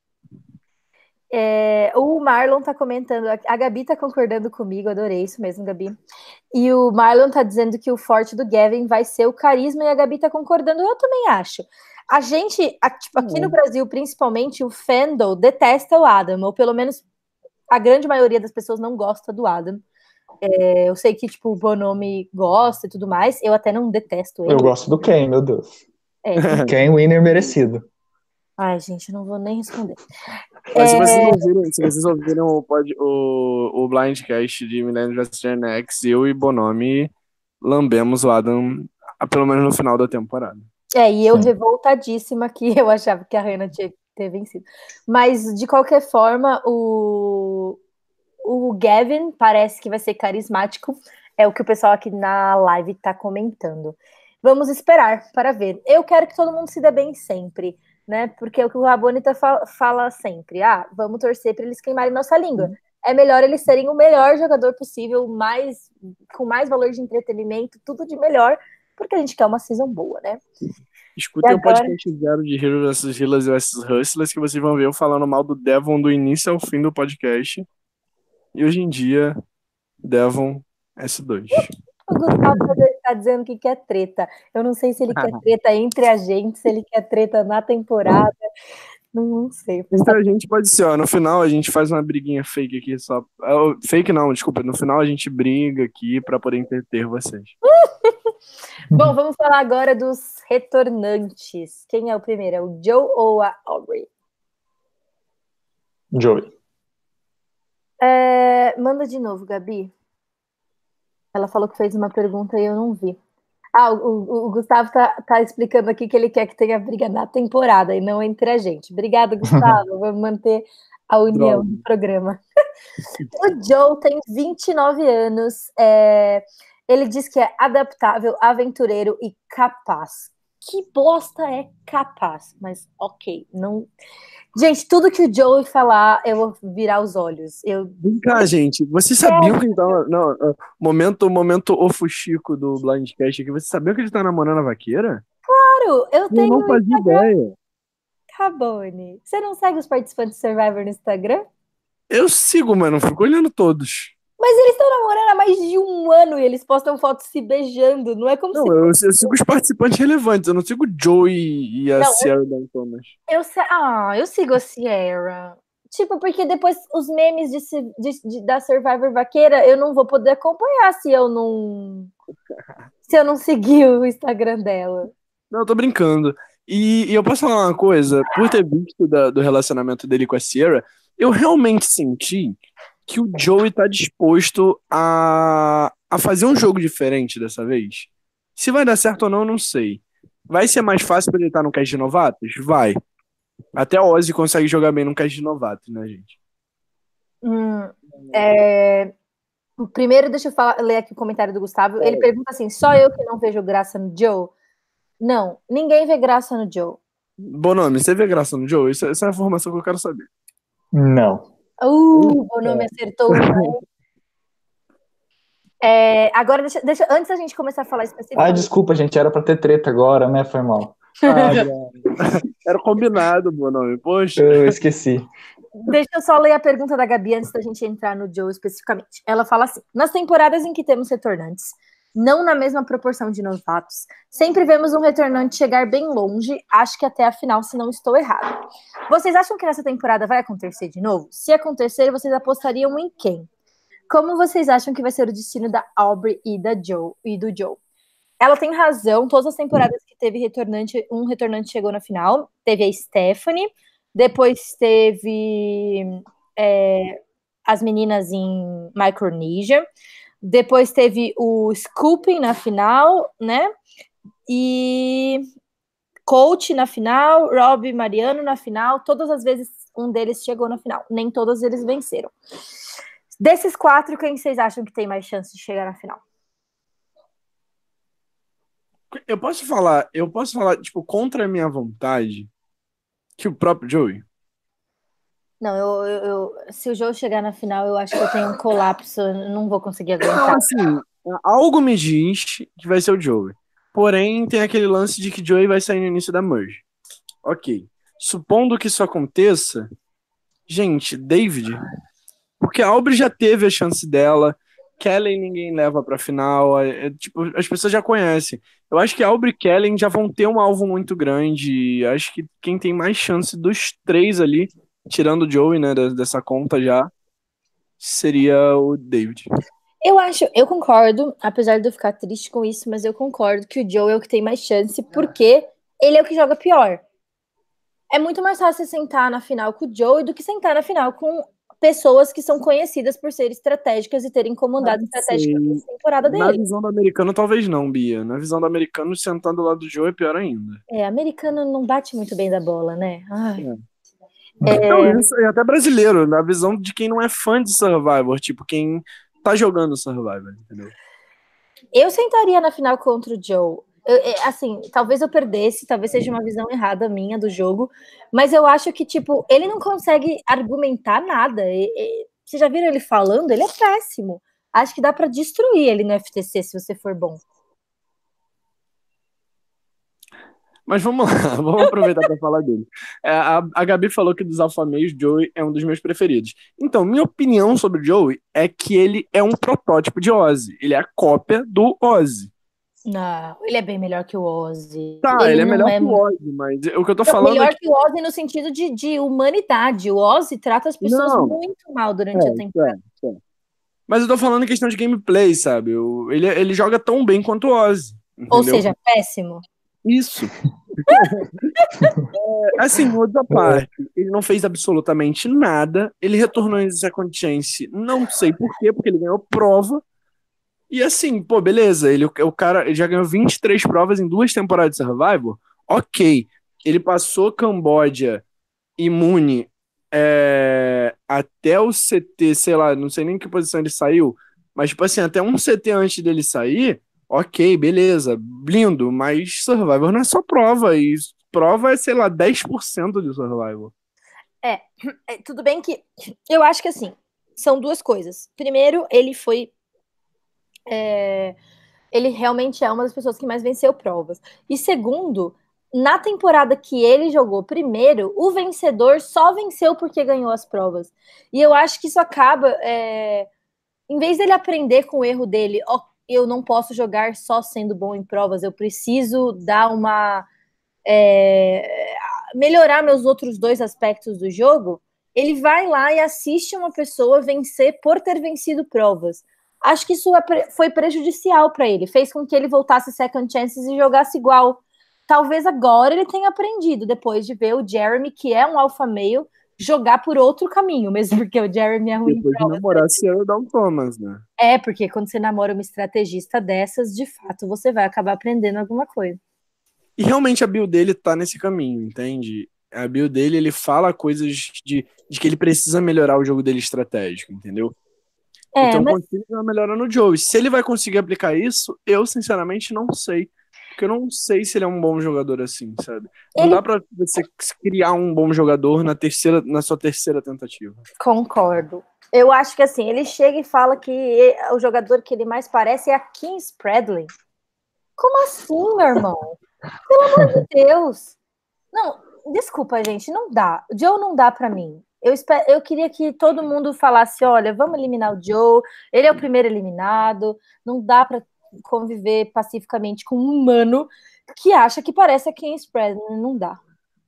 O Marlon tá comentando, a Gabi tá concordando comigo, adorei isso mesmo, Gabi. E o Marlon tá dizendo que o forte do Gavin vai ser o carisma, e a Gabi tá concordando, eu também acho. A gente, tipo, aqui no Brasil, principalmente, o fandom detesta o Adam, ou pelo menos a grande maioria das pessoas não gosta do Adam. Eu sei que, tipo, o Bonomi gosta e tudo mais, eu até não detesto ele. Eu gosto do Ken, meu Deus. Ken, winner merecido. Ai, gente, eu não vou nem responder. Mas se vocês ouviram o Blindcast de Millennium vs Gen X, eu e Bonomi lambemos o Adam, pelo menos no final da temporada. E eu Sim. revoltadíssima que eu achava que a Hannah tinha que ter vencido. Mas, de qualquer forma, o Gavin parece que vai ser carismático. É o que o pessoal aqui na live tá comentando. Vamos esperar para ver. Eu quero que todo mundo se dê bem sempre, né? Porque é o que o Rabonita fala sempre. Vamos torcer para eles queimarem nossa língua. É melhor eles serem o melhor jogador possível, com mais valor de entretenimento, tudo de melhor, porque a gente quer uma season boa, né? Escutem o agora- podcast zero de Heroes vs. Healers vs. Hustlers, que vocês vão ver eu falando mal do Devon do início ao fim do podcast. E hoje em dia, Devon S2. O Gustavo tá dizendo que quer treta. Eu não sei se ele quer treta entre a gente, se ele quer treta na temporada. Não sei. Então a gente pode ser, no final a gente faz uma briguinha fake aqui só. Fake não, desculpa. No final a gente briga aqui pra poder entreter vocês. Bom, vamos falar agora dos retornantes. Quem é o primeiro? É o Joe ou a Aubrey? Joey. Manda de novo, Gabi. Ela falou que fez uma pergunta e eu não vi. O Gustavo tá explicando aqui que ele quer que tenha briga na temporada e não entre a gente. Obrigada, Gustavo. Vamos manter a união do programa. O Joe tem 29 anos. Ele diz que é adaptável, aventureiro e capaz. Que bosta é capaz? Mas ok, não... Gente, tudo que o Joey falar, eu vou virar os olhos. Vem cá, gente. Vocês sabiam que ele tava... Não, momento Ofuxico do Blindcast aqui. Vocês sabiam que ele tá namorando a vaqueira? Claro, eu tenho não fazia ideia. Rabone. Você não segue os participantes do Survivor no Instagram? Eu sigo, mas não fico olhando todos. Mas eles estão namorando há mais de um ano e eles postam fotos se beijando. Não é como se... Eu sigo os participantes relevantes. Eu não sigo o Joey e a Sierra Dan Thomas. Eu sigo a Sierra. Tipo, porque depois os memes da Survivor vaqueira eu não vou poder acompanhar se eu não seguir o Instagram dela. Não, eu tô brincando. E eu posso falar uma coisa? Por ter visto do relacionamento dele com a Sierra, eu realmente senti que o Joey tá disposto a fazer um jogo diferente dessa vez. Se vai dar certo ou não, eu não sei. Vai ser mais fácil pra ele estar no cast de novatos? Vai. Até o Ozzy consegue jogar bem no cast de novatos, né, gente? Primeiro, deixa eu ler aqui o comentário do Gustavo. Ele pergunta assim, só eu que não vejo graça no Joe? Não, ninguém vê graça no Joe. Bonome, você vê graça no Joe? Essa é a informação que eu quero saber. Não. O nome acertou. Agora, deixa, antes da gente começar a falar especificamente... desculpa, gente, era pra ter treta agora, né? Foi mal. Era combinado, Bonome, poxa. Eu esqueci. Deixa eu só ler a pergunta da Gabi antes da gente entrar no Joe especificamente. Ela fala assim, nas temporadas em que temos retornantes, não na mesma proporção de novatos, sempre vemos um retornante chegar bem longe, acho que até a final, se não estou errado. Vocês acham que nessa temporada vai acontecer de novo? Se acontecer, vocês apostariam em quem? Como vocês acham que vai ser o destino da Aubrey e do Joe? Ela tem razão, todas as temporadas que teve retornante, um retornante chegou na final, teve a Stephanie, depois teve as meninas em Micronesia, depois teve o Scooping na final, né? E Coach na final, Rob e Mariano na final. Todas as vezes um deles chegou na final. Nem todos eles venceram. Desses 4, quem vocês acham que tem mais chance de chegar na final? Eu posso falar, tipo, contra a minha vontade, que o próprio Joey? Não, se o Joe chegar na final, eu acho que eu tenho um colapso, eu não vou conseguir aguentar. Não, assim, algo me diz que vai ser o Joey. Porém, tem aquele lance de que Joey vai sair no início da merge. Ok. Supondo que isso aconteça, gente, David, porque a Aubrey já teve a chance dela, Kellen ninguém leva pra final, tipo, as pessoas já conhecem. Eu acho que a Aubrey e Kellen já vão ter um alvo muito grande. Acho que quem tem mais chance dos 3 ali, tirando o Joey, né, dessa conta já, seria o David. Eu concordo, apesar de eu ficar triste com isso, mas eu concordo que o Joe é o que tem mais chance, porque ele é o que joga pior. É muito mais fácil sentar na final com o Joe do que sentar na final com pessoas que são conhecidas por serem estratégicas e terem comandado Não estrategicamente sei. a temporada Na dele. visão do americano, talvez não, Bia. Na visão do americano, sentar do lado do Joe é pior ainda. Americano não bate muito bem da bola, né? Ai. Não, isso é até brasileiro, na visão de quem não é fã de Survivor, tipo, quem tá jogando Survivor, entendeu? Eu sentaria na final contra o Joe. Assim, talvez eu perdesse, talvez seja uma visão errada minha do jogo, mas eu acho que, tipo, ele não consegue argumentar nada. Vocês já viram ele falando? Ele é péssimo. Acho que dá pra destruir ele no FTC se você for bom. Mas vamos lá, vamos aproveitar para falar dele. A Gabi falou que dos Alpha Males, Joey é um dos meus preferidos. Então, minha opinião sobre o Joey é que ele é um protótipo de Ozzy. Ele é a cópia do Ozzy. Não, ele é bem melhor que o Ozzy. Tá, ele é não melhor que o Ozzy, mas o que eu tô falando melhor é que... que o Ozzy no sentido de humanidade. O Ozzy trata as pessoas Não. muito mal durante a temporada. Mas eu tô falando em questão de gameplay, sabe? Ele joga tão bem quanto o Ozzy. Entendeu? Ou seja, péssimo. Isso. Assim, outra parte, ele não fez absolutamente nada. Ele retornou em Second Chance, não sei por quê, porque ele ganhou prova. E assim, pô, beleza, o cara ele já ganhou 23 provas em 2 temporadas de Survivor. Ok, ele passou Camboja imune até o CT, sei lá, não sei nem em que posição ele saiu, mas tipo assim, até um CT antes dele sair, ok, beleza, lindo, mas Survivor não é só prova, e prova é, sei lá, 10% de Survivor. Tudo bem que eu acho que assim, são duas coisas. Primeiro, ele foi ele realmente é uma das pessoas que mais venceu provas. E segundo, na temporada que ele jogou primeiro, o vencedor só venceu porque ganhou as provas. E eu acho que isso acaba, em vez dele aprender com o erro dele, eu não posso jogar só sendo bom em provas, eu preciso dar melhorar meus outros 2 aspectos do jogo, ele vai lá e assiste uma pessoa vencer por ter vencido provas. Acho que isso foi prejudicial para ele, fez com que ele voltasse second chances e jogasse igual. Talvez agora ele tenha aprendido, depois de ver o Jeremy, que é um alpha male, jogar por outro caminho, mesmo porque o Jeremy é ruim. Depois de namorar Ciara Dawn Thomas, né? Porque quando você namora uma estrategista dessas, de fato, você vai acabar aprendendo alguma coisa. E realmente a build dele tá nesse caminho, entende? A build dele, ele fala coisas de que ele precisa melhorar o jogo dele estratégico, entendeu? Então, continua melhorando o Joey. Se ele vai conseguir aplicar isso, eu sinceramente não sei. Porque eu não sei se ele é um bom jogador assim, sabe? Não dá pra você criar um bom jogador na sua terceira tentativa. Concordo. Eu acho que assim, ele chega e fala que o jogador que ele mais parece é a Kim Spradlin. Como assim, meu irmão? Pelo amor de Deus. Não, desculpa, gente, não dá. O Joe não dá pra mim. Eu queria que todo mundo falasse, olha, vamos eliminar o Joe, ele é o primeiro eliminado, não dá pra conviver pacificamente com um humano que acha que parece a Kim Spradlin, não dá.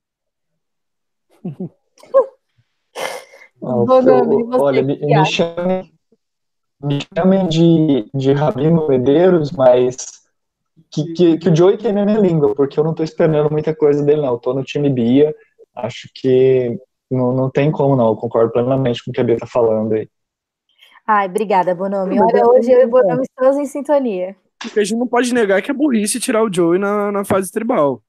Olha, me chamem de Rabino Medeiros, mas que o Joey queime a minha língua, porque eu não tô esperando muita coisa dele, não. Eu tô no time Bia, acho que não tem como, não. Eu concordo plenamente com o que a Bia tá falando aí. Ai, obrigada, Bonomi. Olha, hoje eu e o Bonomi estamos em sintonia. Porque a gente não pode negar que é burrice tirar o Joey na fase tribal.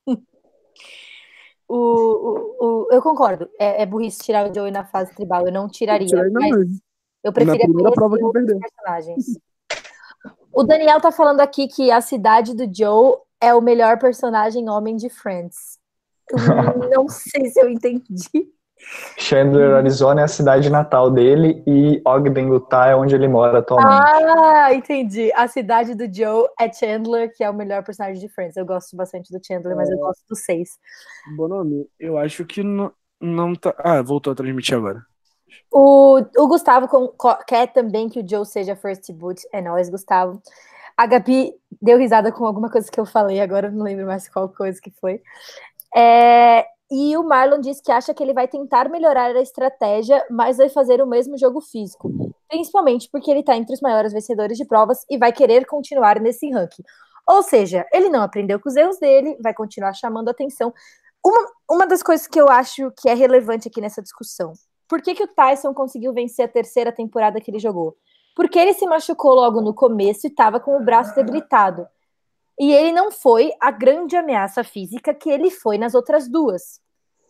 Eu concordo, é burrice tirar o Joey na fase tribal, eu não tiraria, mas eu preferia conhecer outros personagens. O Daniel tá falando aqui que a cidade do Joe é o melhor personagem homem de Friends. Eu não sei se eu entendi. Chandler, Arizona é a cidade natal dele e Ogden, Utah é onde ele mora atualmente. Ah, entendi. A cidade do Joe é Chandler, que é o melhor personagem de Friends. Eu gosto bastante do Chandler, mas eu gosto do 6. Bonomi, eu acho que não tá... Ah, voltou a transmitir agora. O Gustavo quer também que o Joe seja first boot. É nóis, Gustavo. A Gabi deu risada com alguma coisa que eu falei, agora eu não lembro mais qual coisa que foi. E o Marlon disse que acha que ele vai tentar melhorar a estratégia, mas vai fazer o mesmo jogo físico. Principalmente porque ele está entre os maiores vencedores de provas e vai querer continuar nesse ranking. Ou seja, ele não aprendeu com os erros dele, vai continuar chamando atenção. Uma das coisas que eu acho que é relevante aqui nessa discussão. por que o Tyson conseguiu vencer a terceira temporada que ele jogou? Porque ele se machucou logo no começo e estava com o braço debilitado. E ele não foi a grande ameaça física que ele foi nas outras duas.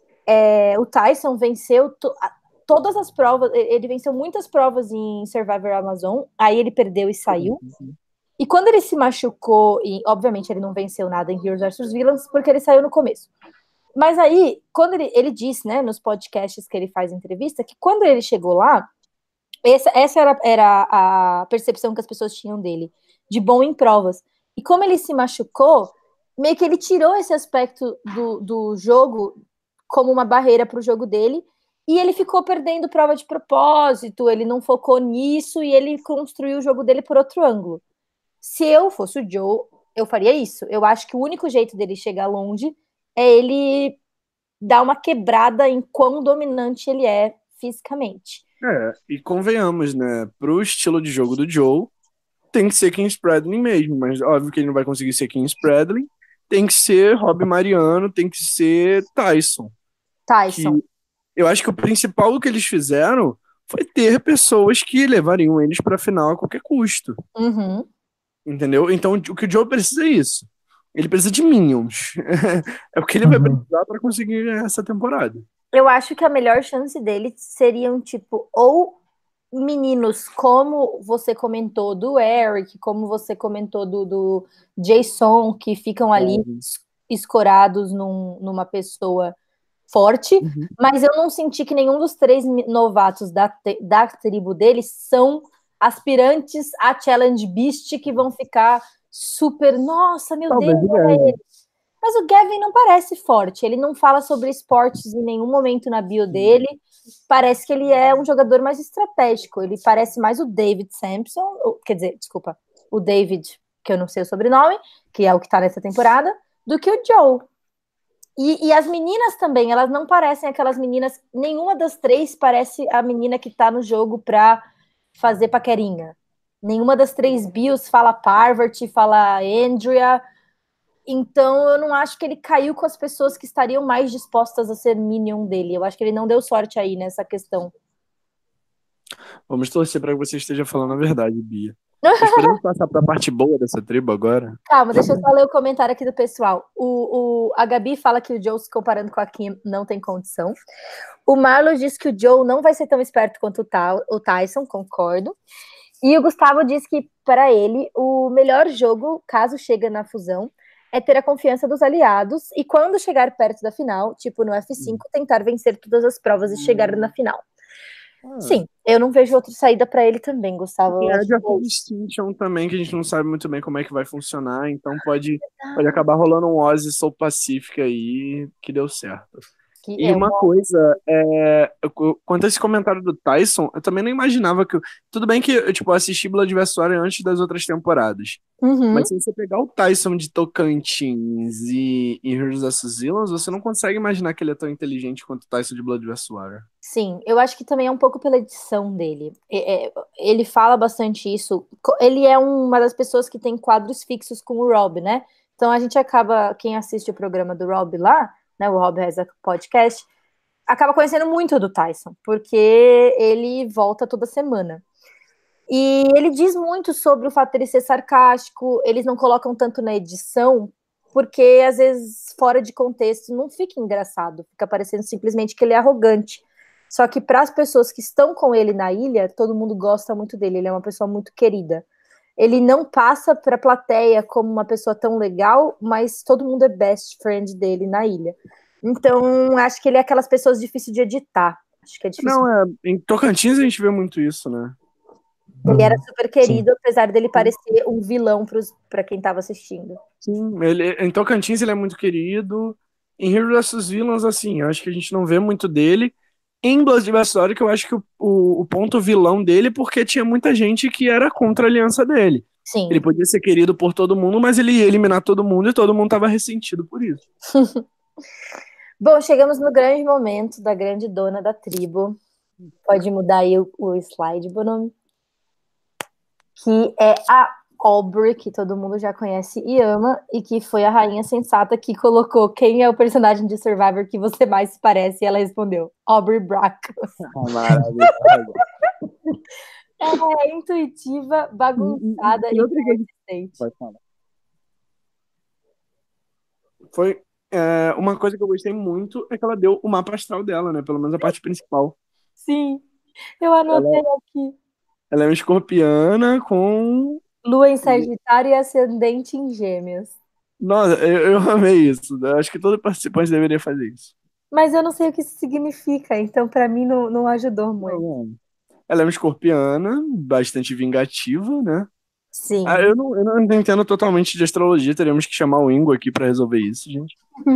O Tyson venceu todas as provas, ele venceu muitas provas em Survivor Amazon, aí ele perdeu e saiu. E quando ele se machucou, e obviamente ele não venceu nada em Heroes vs Villains, porque ele saiu no começo. Mas aí, quando ele disse, né, nos podcasts que ele faz entrevista, que quando ele chegou lá, essa era a percepção que as pessoas tinham dele, de bom em provas. E como ele se machucou, meio que ele tirou esse aspecto do jogo como uma barreira para o jogo dele, e ele ficou perdendo prova de propósito, ele não focou nisso, e ele construiu o jogo dele por outro ângulo. Se eu fosse o Joe, eu faria isso. Eu acho que o único jeito dele chegar longe é ele dar uma quebrada em quão dominante ele é fisicamente. E convenhamos, né? Pro estilo de jogo do Joe, tem que ser Kim Spradlin mesmo, mas óbvio que ele não vai conseguir ser Kim Spradlin. Tem que ser Rob Mariano, tem que ser Tyson. Que eu acho que o principal do que eles fizeram foi ter pessoas que levariam eles pra final a qualquer custo. Uhum. Entendeu? Então o que o Joe precisa é isso. Ele precisa de minions. É o que ele vai precisar pra conseguir ganhar essa temporada. Eu acho que a melhor chance dele seriam, tipo, ou meninos como você comentou do Eric, como você comentou do Jason, que ficam ali escorados numa pessoa forte, mas eu não senti que nenhum dos 3 novatos da tribo deles são aspirantes a Challenge Beast que vão ficar super, nossa, meu Deus, olha ele. Mas o Gavin não parece forte, ele não fala sobre esportes em nenhum momento na bio dele, parece que ele é um jogador mais estratégico, ele parece mais o David Sampson, quer dizer, desculpa, o David, que eu não sei o sobrenome, que é o que tá nessa temporada, do que o Joe. E as meninas também, elas não parecem aquelas meninas, nenhuma das 3 parece a menina que tá no jogo pra fazer paquerinha. Nenhuma das 3 bios fala Parvati, fala Andrea. Então, eu não acho que ele caiu com as pessoas que estariam mais dispostas a ser minion dele. Eu acho que ele não deu sorte aí nessa questão. Vamos torcer para que você esteja falando a verdade, Bia. Mas podemos passar para a parte boa dessa tribo agora? Calma, deixa eu só ler o comentário aqui do pessoal. A Gabi fala que o Joe se comparando com a Kim não tem condição. O Marlon diz que o Joe não vai ser tão esperto quanto o Tyson, concordo. E o Gustavo diz que, para ele, o melhor jogo, caso chegue na fusão, é ter a confiança dos aliados e quando chegar perto da final, tipo no F5, tentar vencer todas as provas e chegar na final. Sim, eu não vejo outra saída pra ele também, Gustavo. E a de Extinction também, que a gente não sabe muito bem como é que vai funcionar, então pode acabar rolando um Ozzy Soul Pacific aí, que deu certo. E uma coisa, quanto a esse comentário do Tyson, eu também não imaginava que... Tudo bem que eu assisti Blood vs Warrior antes das outras temporadas, mas se você pegar o Tyson de Tocantins e Heroes vs Villains, você não consegue imaginar que ele é tão inteligente quanto o Tyson de Blood vs Warrior. Sim, eu acho que também é um pouco pela edição dele. Ele fala bastante isso. Ele é uma das pessoas que tem quadros fixos com o Rob, né? Então a gente acaba, quem assiste o programa do Rob lá, né, o Rob has a podcast, acaba conhecendo muito do Tyson, porque ele volta toda semana. E ele diz muito sobre o fato de ele ser sarcástico, eles não colocam tanto na edição, porque às vezes fora de contexto não fica engraçado, fica parecendo simplesmente que ele é arrogante. Só que para as pessoas que estão com ele na ilha, todo mundo gosta muito dele, ele é uma pessoa muito querida. Ele não passa para a plateia como uma pessoa tão legal, mas todo mundo é best friend dele na ilha. Então, acho que ele é aquelas pessoas difíceis de editar. Acho que é difícil. Em Tocantins a gente vê muito isso, né? Ele era super querido, apesar dele parecer um vilão para quem estava assistindo. Sim, em Tocantins ele é muito querido. Em Heroes vs Villains, assim, eu acho que a gente não vê muito dele. Em Blood vs Warrior, que eu acho que o ponto vilão dele, porque tinha muita gente que era contra a aliança dele. Sim. Ele podia ser querido por todo mundo, mas ele ia eliminar todo mundo e todo mundo estava ressentido por isso. Bom, chegamos no grande momento da grande dona da tribo. Pode mudar aí o slide, Bonomi. Que é a Aubrey, que todo mundo já conhece e ama, e que foi a rainha sensata que colocou quem é o personagem de Survivor que você mais se parece, e ela respondeu, Aubrey Brack. Maravilhoso. Ela é intuitiva, bagunçada e outra coisa. consistente. Pode falar. Foi uma coisa que eu gostei muito é que ela deu o mapa astral dela, né? Pelo menos a parte principal. Sim, eu anotei aqui. Ela é uma escorpiana com... Lua em Sagitário e ascendente em Gêmeos. Nossa, eu amei isso. Eu acho que todo participante deveria fazer isso. Mas eu não sei o que isso significa, então pra mim não ajudou muito. Não. Ela é uma escorpiana, bastante vingativa, né? Sim. Eu não entendo totalmente de astrologia, teríamos que chamar o Ingo aqui pra resolver isso, gente.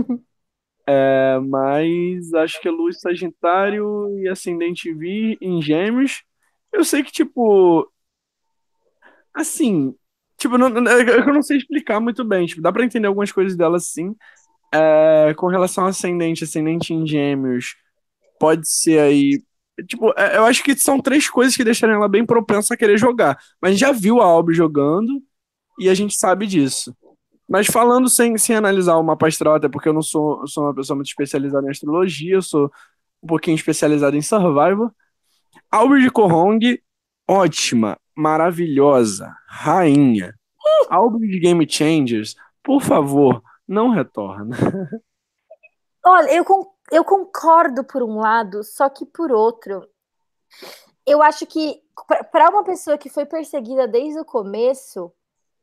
Mas acho que é Lua em Sagitário e Ascendente em Gêmeos. Eu sei que, tipo, assim, tipo, eu não sei explicar muito bem. Tipo, dá pra entender algumas coisas dela, sim. Com relação ao ascendente em Gêmeos, pode ser aí. Tipo, eu acho que são três coisas que deixaram ela bem propensa a querer jogar. Mas a gente já viu a Aubrey jogando e a gente sabe disso. Mas falando sem analisar o mapa astral, até porque eu sou uma pessoa muito especializada em astrologia, eu sou um pouquinho especializado em Survivor. Aubrey de Kohong, ótima, maravilhosa, rainha. Aubrey de Game Changers, por favor, não retorna. Olha, eu concordo por um lado, só que por outro, eu acho que para uma pessoa que foi perseguida desde o começo,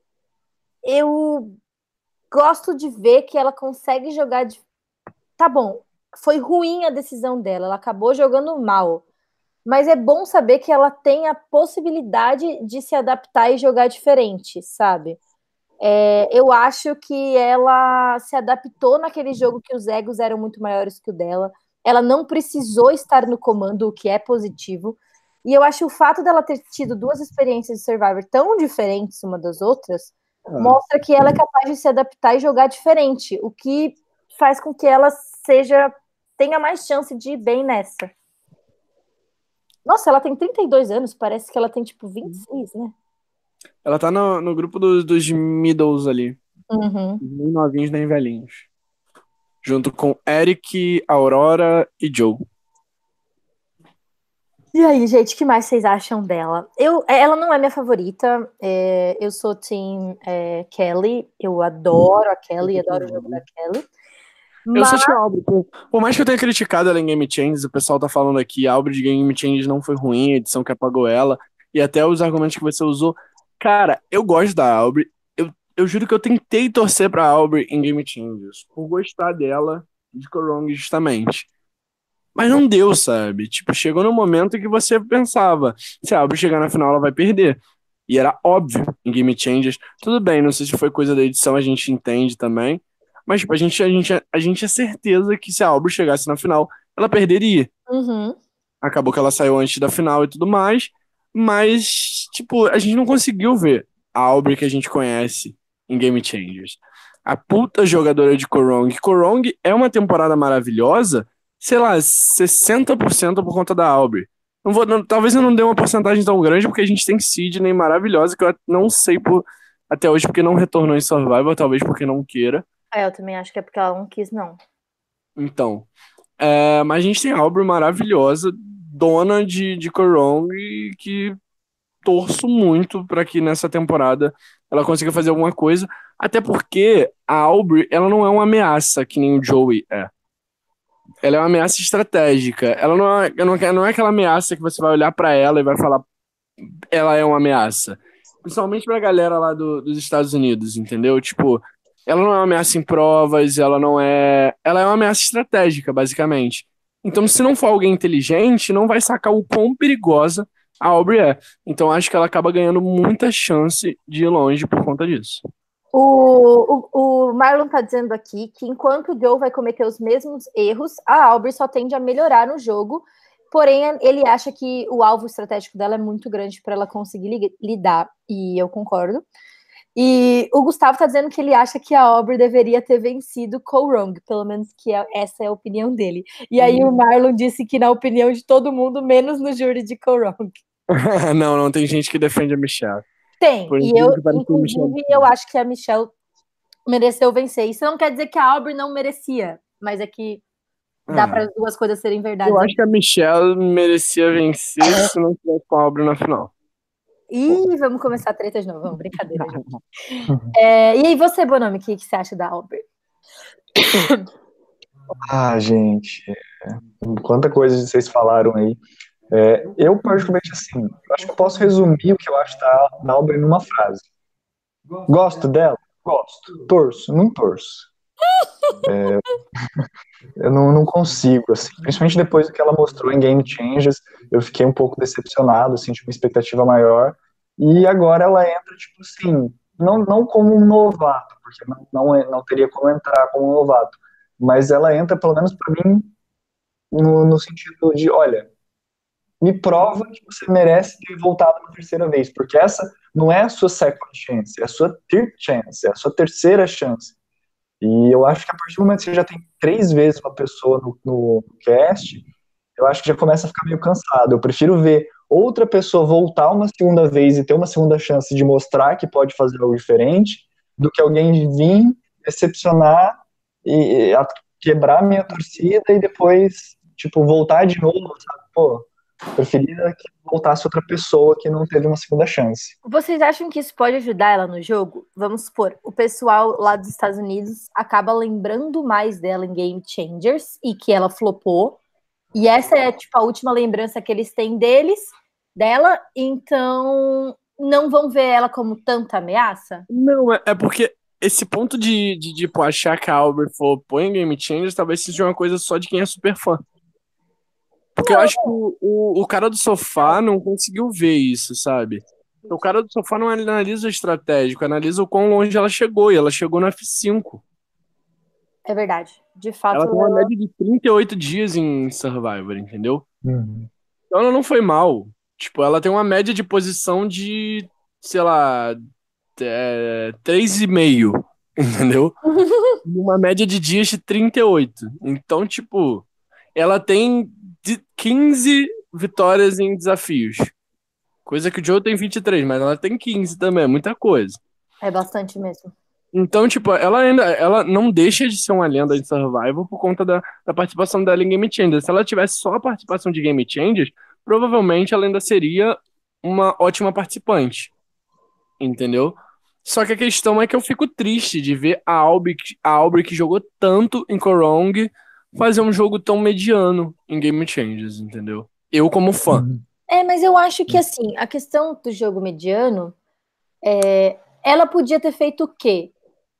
eu gosto de ver que ela consegue jogar de... Tá bom, foi ruim a decisão dela, ela acabou jogando mal. Mas é bom saber que ela tem a possibilidade de se adaptar e jogar diferente, sabe? Eu acho que ela se adaptou naquele jogo que os egos eram muito maiores que o dela. Ela não precisou estar no comando, o que é positivo. E eu acho que o fato dela ter tido duas experiências de Survivor tão diferentes uma das outras mostra que ela é capaz de se adaptar e jogar diferente, o que faz com que ela tenha mais chance de ir bem nessa. Nossa, ela tem 32 anos, parece que ela tem tipo 26, né? Ela tá no grupo dos middles ali. Uhum. Nem novinhos, nem velhinhos. Junto com Eric, Aurora e Joe. E aí, gente, o que mais vocês acham dela? Ela não é minha favorita. Eu sou team Kelly. Eu adoro a Kelly, adoro o jogo da Kelly. Eu sou team Aubrey. Por mais que eu tenha criticado ela em Game Changes, o pessoal tá falando aqui, a Aubrey de Game Changes não foi ruim, a edição que apagou ela, e até os argumentos que você usou. Cara, eu gosto da Aubrey. Eu juro que eu tentei torcer pra Aubrey em Game Changes, por gostar dela, de Korong justamente. Mas não deu, sabe? Tipo, chegou no momento que você pensava, se a Aubrey chegar na final, ela vai perder. E era óbvio em Game Changers. Tudo bem, não sei se foi coisa da edição, a gente entende também. Mas, tipo, a gente é certeza que se a Aubrey chegasse na final, ela perderia. Uhum. Acabou que ela saiu antes da final e tudo mais. Mas, tipo, a gente não conseguiu ver a Aubrey que a gente conhece em Game Changers. A puta jogadora de Korong. Korong é uma temporada maravilhosa, sei lá, 60% por conta da Aubrey. Talvez eu não dê uma porcentagem tão grande, porque a gente tem Sydney maravilhosa, que eu não sei até hoje porque não retornou em Survivor, talvez porque não queira. Eu também acho que é porque ela não quis, não. Então, mas a gente tem a Aubrey maravilhosa, dona de Korong, e que torço muito para que nessa temporada ela consiga fazer alguma coisa, até porque a Aubrey, ela não é uma ameaça que nem o Joey é. Ela é uma ameaça estratégica. Ela não é aquela ameaça que você vai olhar para ela e vai falar ela é uma ameaça. Principalmente pra galera lá dos Estados Unidos, entendeu? Tipo, ela não é uma ameaça em provas, ela não é. Ela é uma ameaça estratégica, basicamente. Então, se não for alguém inteligente, não vai sacar o quão perigosa a Aubrey é. Então, acho que ela acaba ganhando muita chance de ir longe por conta disso. O Marlon tá dizendo aqui que enquanto o Joe vai cometer os mesmos erros, a Aubrey só tende a melhorar no jogo, porém ele acha que o alvo estratégico dela é muito grande para ela conseguir lidar, e eu concordo. E o Gustavo tá dizendo que ele acha que a Aubrey deveria ter vencido Korong, pelo menos que essa é a opinião dele. E aí o Marlon disse que na opinião de todo mundo, menos no júri de Korong. Não tem gente que defende a Michelle. Tem. Por E incrível que pareça, o inclusive, Michelle- eu acho que a Michelle mereceu vencer. Isso não quer dizer que a Aubrey não merecia, mas é que dá para as duas coisas serem verdades. Eu acho que a Michelle merecia vencer se não tivesse com a Aubrey na final. Ih, vamos começar a treta de novo. Vamos, brincadeira, gente. E aí, você, Bonomi, o que você acha da Aubrey? Gente, quanta coisa vocês falaram aí. Eu, particularmente, assim, eu acho que eu posso resumir o que eu acho da Aubrey numa frase. Gosto dela? Gosto. Torço? Não torço. Eu não consigo, assim, principalmente depois do que ela mostrou em Game Changers, eu fiquei um pouco decepcionado, assim, tinha uma expectativa maior, e agora ela entra, tipo assim, não como um novato, porque não teria como entrar como um novato, mas ela entra, pelo menos pra mim, no sentido de, olha, me prova que você merece ter voltado uma terceira vez, porque essa não é a sua second chance, é a sua third chance, é a sua terceira chance. E eu acho que a partir do momento que você já tem 3 vezes uma pessoa no cast, eu acho que já começa a ficar meio cansado. Eu prefiro ver outra pessoa voltar uma segunda vez e ter uma segunda chance de mostrar que pode fazer algo diferente, do que alguém vir, decepcionar e quebrar minha torcida e depois, tipo, voltar de novo, sabe? Pô, preferia que voltasse outra pessoa que não teve uma segunda chance. Vocês acham que isso pode ajudar ela no jogo? Vamos supor, o pessoal lá dos Estados Unidos acaba lembrando mais dela em Game Changers e que ela flopou. E essa é, tipo, a última lembrança que eles têm dela, então não vão ver ela como tanta ameaça? Não, é porque esse ponto de tipo, achar que a Aubrey flopou em Game Changers talvez seja uma coisa só de quem é super fã. Porque eu acho que o cara do sofá não conseguiu ver isso, sabe? O cara do sofá não analisa o estratégico, analisa o quão longe ela chegou, e ela chegou no F5. É verdade. De fato, Ela tem uma média de 38 dias em Survivor, entendeu? Uhum. Então ela não foi mal. Tipo, ela tem uma média de posição de, sei lá, 3,5, entendeu? E uma média de dias de 38. Então, tipo, ela tem 15 vitórias em desafios. Coisa que o Joe tem 23, mas ela tem 15 também, é muita coisa. é bastante mesmo. Então, tipo, ela não deixa de ser uma lenda de Survival por conta da participação dela em Game Changers. Se ela tivesse só a participação de Game Changers, provavelmente ela ainda seria uma ótima participante. Entendeu? Só que a questão é que eu fico triste de ver a Aubrey que jogou tanto em Korong fazer um jogo tão mediano em Game Changers, entendeu? Eu como fã. Mas eu acho que, assim, a questão do jogo mediano, ela podia ter feito o quê?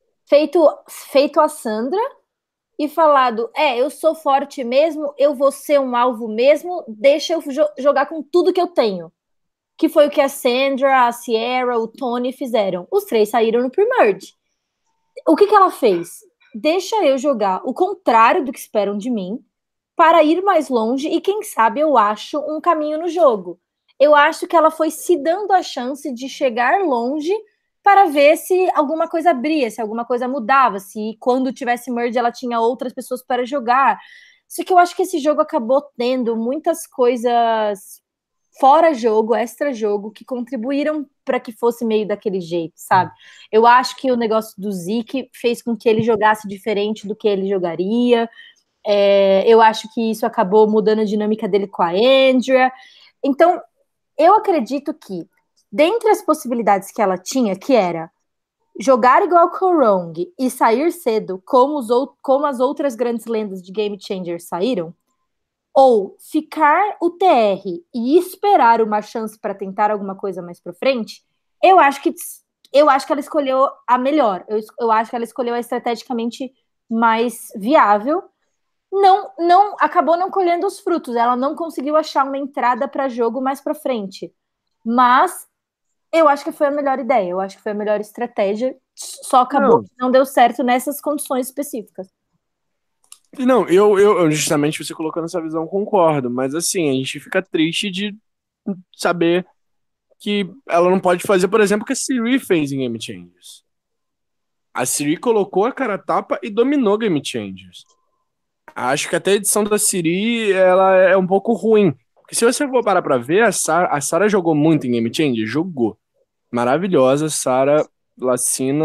Feito a Sandra e falado, eu sou forte mesmo, eu vou ser um alvo mesmo, deixa eu jogar com tudo que eu tenho. Que foi o que a Sandra, a Sierra, o Tony fizeram. Os 3 saíram no pre-merge. O que ela fez? Deixa eu jogar o contrário do que esperam de mim, para ir mais longe e, quem sabe, eu acho um caminho no jogo. Eu acho que ela foi se dando a chance de chegar longe para ver se alguma coisa abria, se alguma coisa mudava, se quando tivesse merge ela tinha outras pessoas para jogar. Só que eu acho que esse jogo acabou tendo muitas coisas fora jogo, extra jogo, que contribuíram para que fosse meio daquele jeito, sabe? Eu acho que o negócio do Zeke fez com que ele jogasse diferente do que ele jogaria. Eu acho que isso acabou mudando a dinâmica dele com a Andrea. Então, eu acredito que, dentre as possibilidades que ela tinha, que era jogar igual Korong e sair cedo, como as outras grandes lendas de Game Changer saíram, ou ficar o TR e esperar uma chance para tentar alguma coisa mais para frente, eu acho que ela escolheu a melhor. Eu acho que ela escolheu a estrategicamente mais viável. Não acabou não colhendo os frutos. Ela não conseguiu achar uma entrada para jogo mais para frente. Mas eu acho que foi a melhor ideia. Eu acho que foi a melhor estratégia. Só acabou que não deu certo nessas condições específicas. Não, eu justamente você colocando essa visão, concordo, mas assim, a gente fica triste de saber que ela não pode fazer, por exemplo, o que a Siri fez em Game Changers. A Siri colocou a cara a tapa e dominou Game Changers. Acho que até a edição da Siri, ela é um pouco ruim. Porque se você for parar pra ver, a Sarah jogou muito em Game Changers? Jogou. Maravilhosa, Sarah Lacina.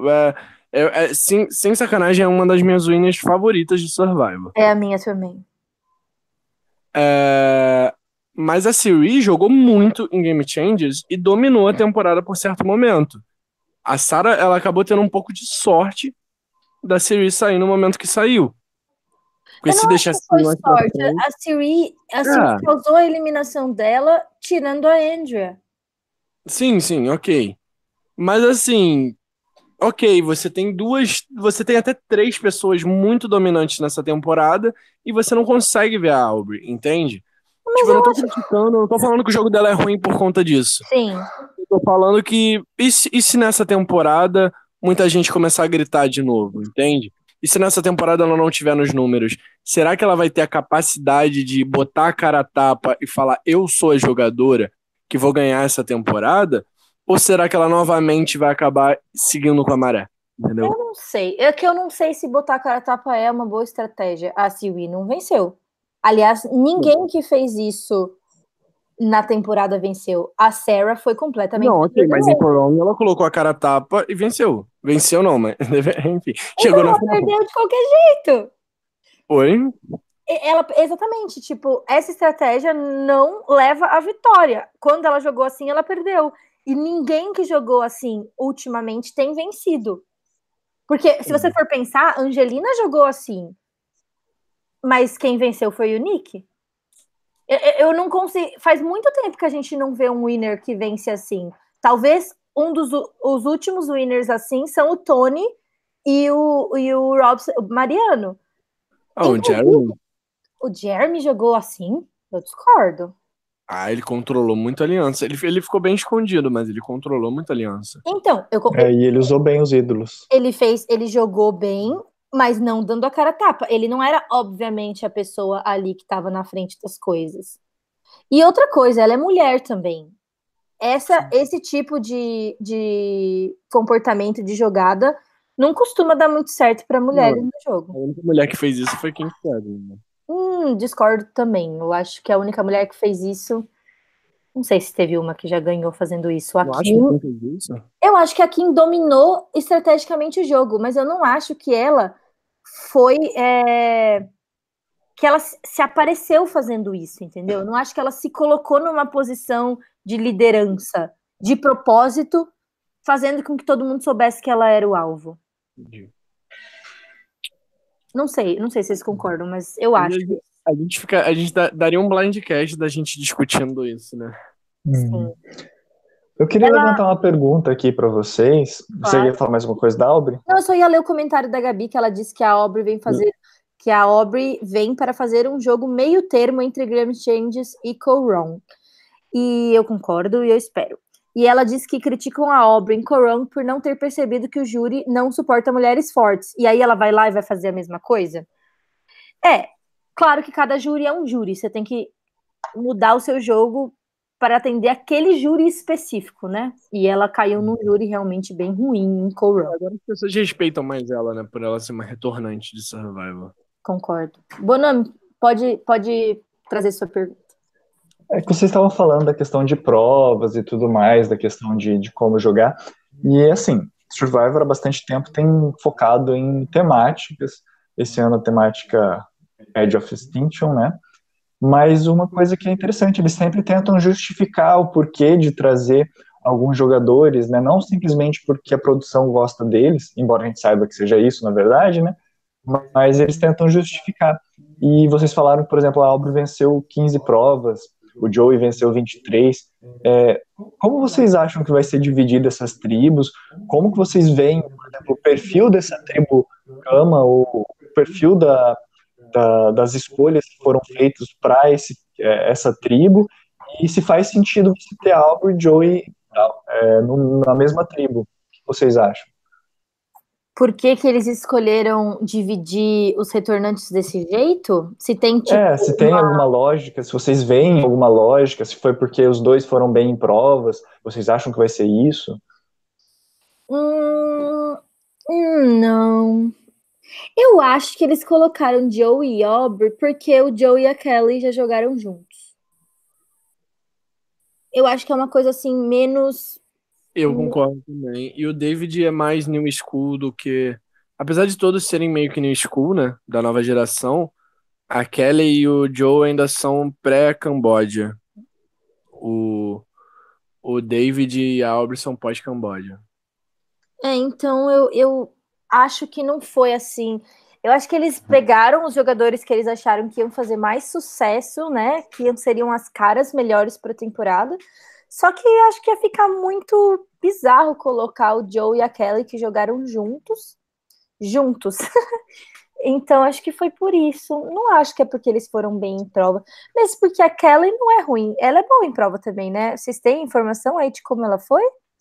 Sem sacanagem, é uma das minhas winners favoritas de Survivor. É a minha também. Mas a Siri jogou muito em Game Changers e dominou a temporada por certo momento. A Sarah, ela acabou tendo um pouco de sorte da Siri sair no momento que saiu. Porque Eu se não acho deixasse que foi mais pra sorte. frente... A Siri causou a eliminação dela, tirando a Andrea. Sim, ok. Mas assim, ok, você tem até 3 pessoas muito dominantes nessa temporada e você não consegue ver a Aubrey, entende? Mas Tipo, eu não eu tô acho. criticando, eu não tô falando que o jogo dela é ruim por conta disso. Sim. Eu tô falando que, e se nessa temporada muita gente começar a gritar de novo, entende? E se nessa temporada ela não tiver nos números, será que ela vai ter a capacidade de botar a cara a tapa e falar, eu sou a jogadora que vou ganhar essa temporada? Ou será que ela novamente vai acabar seguindo com a maré? Entendeu? Eu não sei. É que eu não sei se botar a cara a tapa é uma boa estratégia. A Siri não venceu. Aliás, ninguém que fez isso na temporada venceu. A Sarah foi completamente Não, ok, mas em Corona ela colocou a cara a tapa e venceu. Venceu não, mas enfim, chegou na ela final. perdeu de qualquer jeito. Foi? Exatamente, tipo, essa estratégia não leva à vitória. Quando ela jogou assim, ela perdeu. E ninguém que jogou assim ultimamente tem vencido. Porque se você for pensar, a Angelina jogou assim, mas quem venceu foi o Nick. Eu não consigo. Faz muito tempo que a gente não vê um winner que vence assim. Talvez os últimos winners assim são o Tony e o Robson, o Mariano. O Jeremy. O Jeremy jogou assim? Eu discordo. Ele controlou muito a aliança. Ele ficou bem escondido, mas ele controlou muito a aliança. Então, E ele usou bem os ídolos. ele jogou bem, mas não dando a cara a tapa. Ele não era, obviamente, a pessoa ali que estava na frente das coisas. E outra coisa, ela é mulher também. Esse tipo de comportamento de jogada não costuma dar muito certo para mulheres no A jogo. única mulher que fez isso foi quem sabe, né? Discordo também. Eu acho que a única mulher que fez isso, não sei se teve uma que já ganhou fazendo isso. A Não acho que Kim, quem fez isso. eu acho que a Kim dominou estrategicamente o jogo, mas eu não acho que ela foi. Que ela se apareceu fazendo isso, entendeu? Eu não acho que ela se colocou numa posição de liderança, de propósito, fazendo com que todo mundo soubesse que ela era o alvo. Entendi. Não sei se vocês concordam, mas eu acho. A gente daria um blindcast da gente discutindo isso, né? Sim. Eu queria levantar uma pergunta aqui para vocês. Você ia falar mais alguma coisa da Aubrey? Não, eu só ia ler o comentário da Gabi, que ela disse que a Aubrey vem para fazer um jogo meio termo entre Game Changes e Corone. E eu concordo e eu espero. E ela disse que criticam a Aubrey em Corone por não ter percebido que o júri não suporta mulheres fortes. E aí ela vai lá e vai fazer a mesma coisa? Claro que cada júri é um júri. Você tem que mudar o seu jogo para atender aquele júri específico, né? E ela caiu num júri realmente bem ruim em Corone. Agora as pessoas respeitam mais ela, né? Por ela ser uma retornante de Survivor. Concordo. Bonami, pode trazer sua pergunta. É que vocês estavam falando da questão de provas e tudo mais, da questão de como jogar. E assim, Survivor há bastante tempo tem focado em temáticas. Esse ano a temática Edge of Extinction, né? Mas uma coisa que é interessante, eles sempre tentam justificar o porquê de trazer alguns jogadores, né? Não simplesmente porque a produção gosta deles, embora a gente saiba que seja isso, na verdade, né? Mas eles tentam justificar. E vocês falaram, por exemplo, a Aubrey venceu 15 provas, o Joey venceu 23. Como vocês acham que vai ser dividida essas tribos? Como que vocês veem, por exemplo, o perfil dessa tribo Kama, o perfil das escolhas que foram feitas para essa tribo, e se faz sentido você ter Aubrey e Joey na mesma tribo? O que vocês acham? Por que eles escolheram dividir os retornantes desse jeito? Se tem se tem alguma lógica, se vocês veem alguma lógica, se foi porque os dois foram bem em provas, vocês acham que vai ser isso? Não. Eu acho que eles colocaram Joey e Aubrey porque o Joey e a Kelly já jogaram juntos. Eu acho que é uma coisa assim, menos Eu concordo também. E o David é mais new school do que. Apesar de todos serem meio que new school, né? Da nova geração, a Kelly e o Joe ainda são pré-Camboja. O, o David e a Aubrey são pós-Camboja. Então eu acho que não foi assim. Eu acho que eles pegaram os jogadores que eles acharam que iam fazer mais sucesso, né? Seriam as caras melhores para a temporada. Só que acho que ia ficar muito bizarro colocar o Joe e a Kelly que jogaram juntos. Então acho que foi por isso. Não acho que é porque eles foram bem em prova, mas porque a Kelly não é ruim. Ela é boa em prova também, né? Vocês têm informação aí de como ela foi?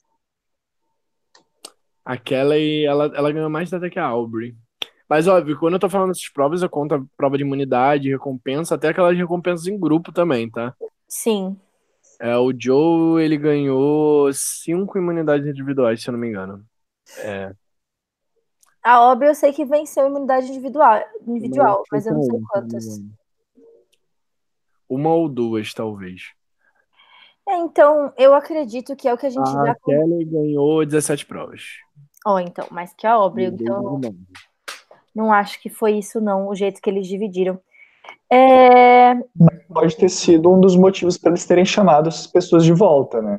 A Kelly, ela ganhou mais até que a Aubrey. Mas, óbvio, quando eu tô falando dessas provas, eu conto a prova de imunidade, recompensa, até aquelas recompensas em grupo também, tá? Sim. O Joe, ele ganhou 5 imunidades individuais, se eu não me engano. A Aubrey eu sei que venceu a imunidade individual, Foi mas eu não sei se eu não me quantas. engano. Uma ou duas, talvez. Então, eu acredito que é o que a gente A já... Kelly ganhou 17 provas. Então, mais que a Aubrey. E o Então, David, não. não acho que foi isso, não, o jeito que eles dividiram. É, Pode ter sido um dos motivos para eles terem chamado essas pessoas de volta, né?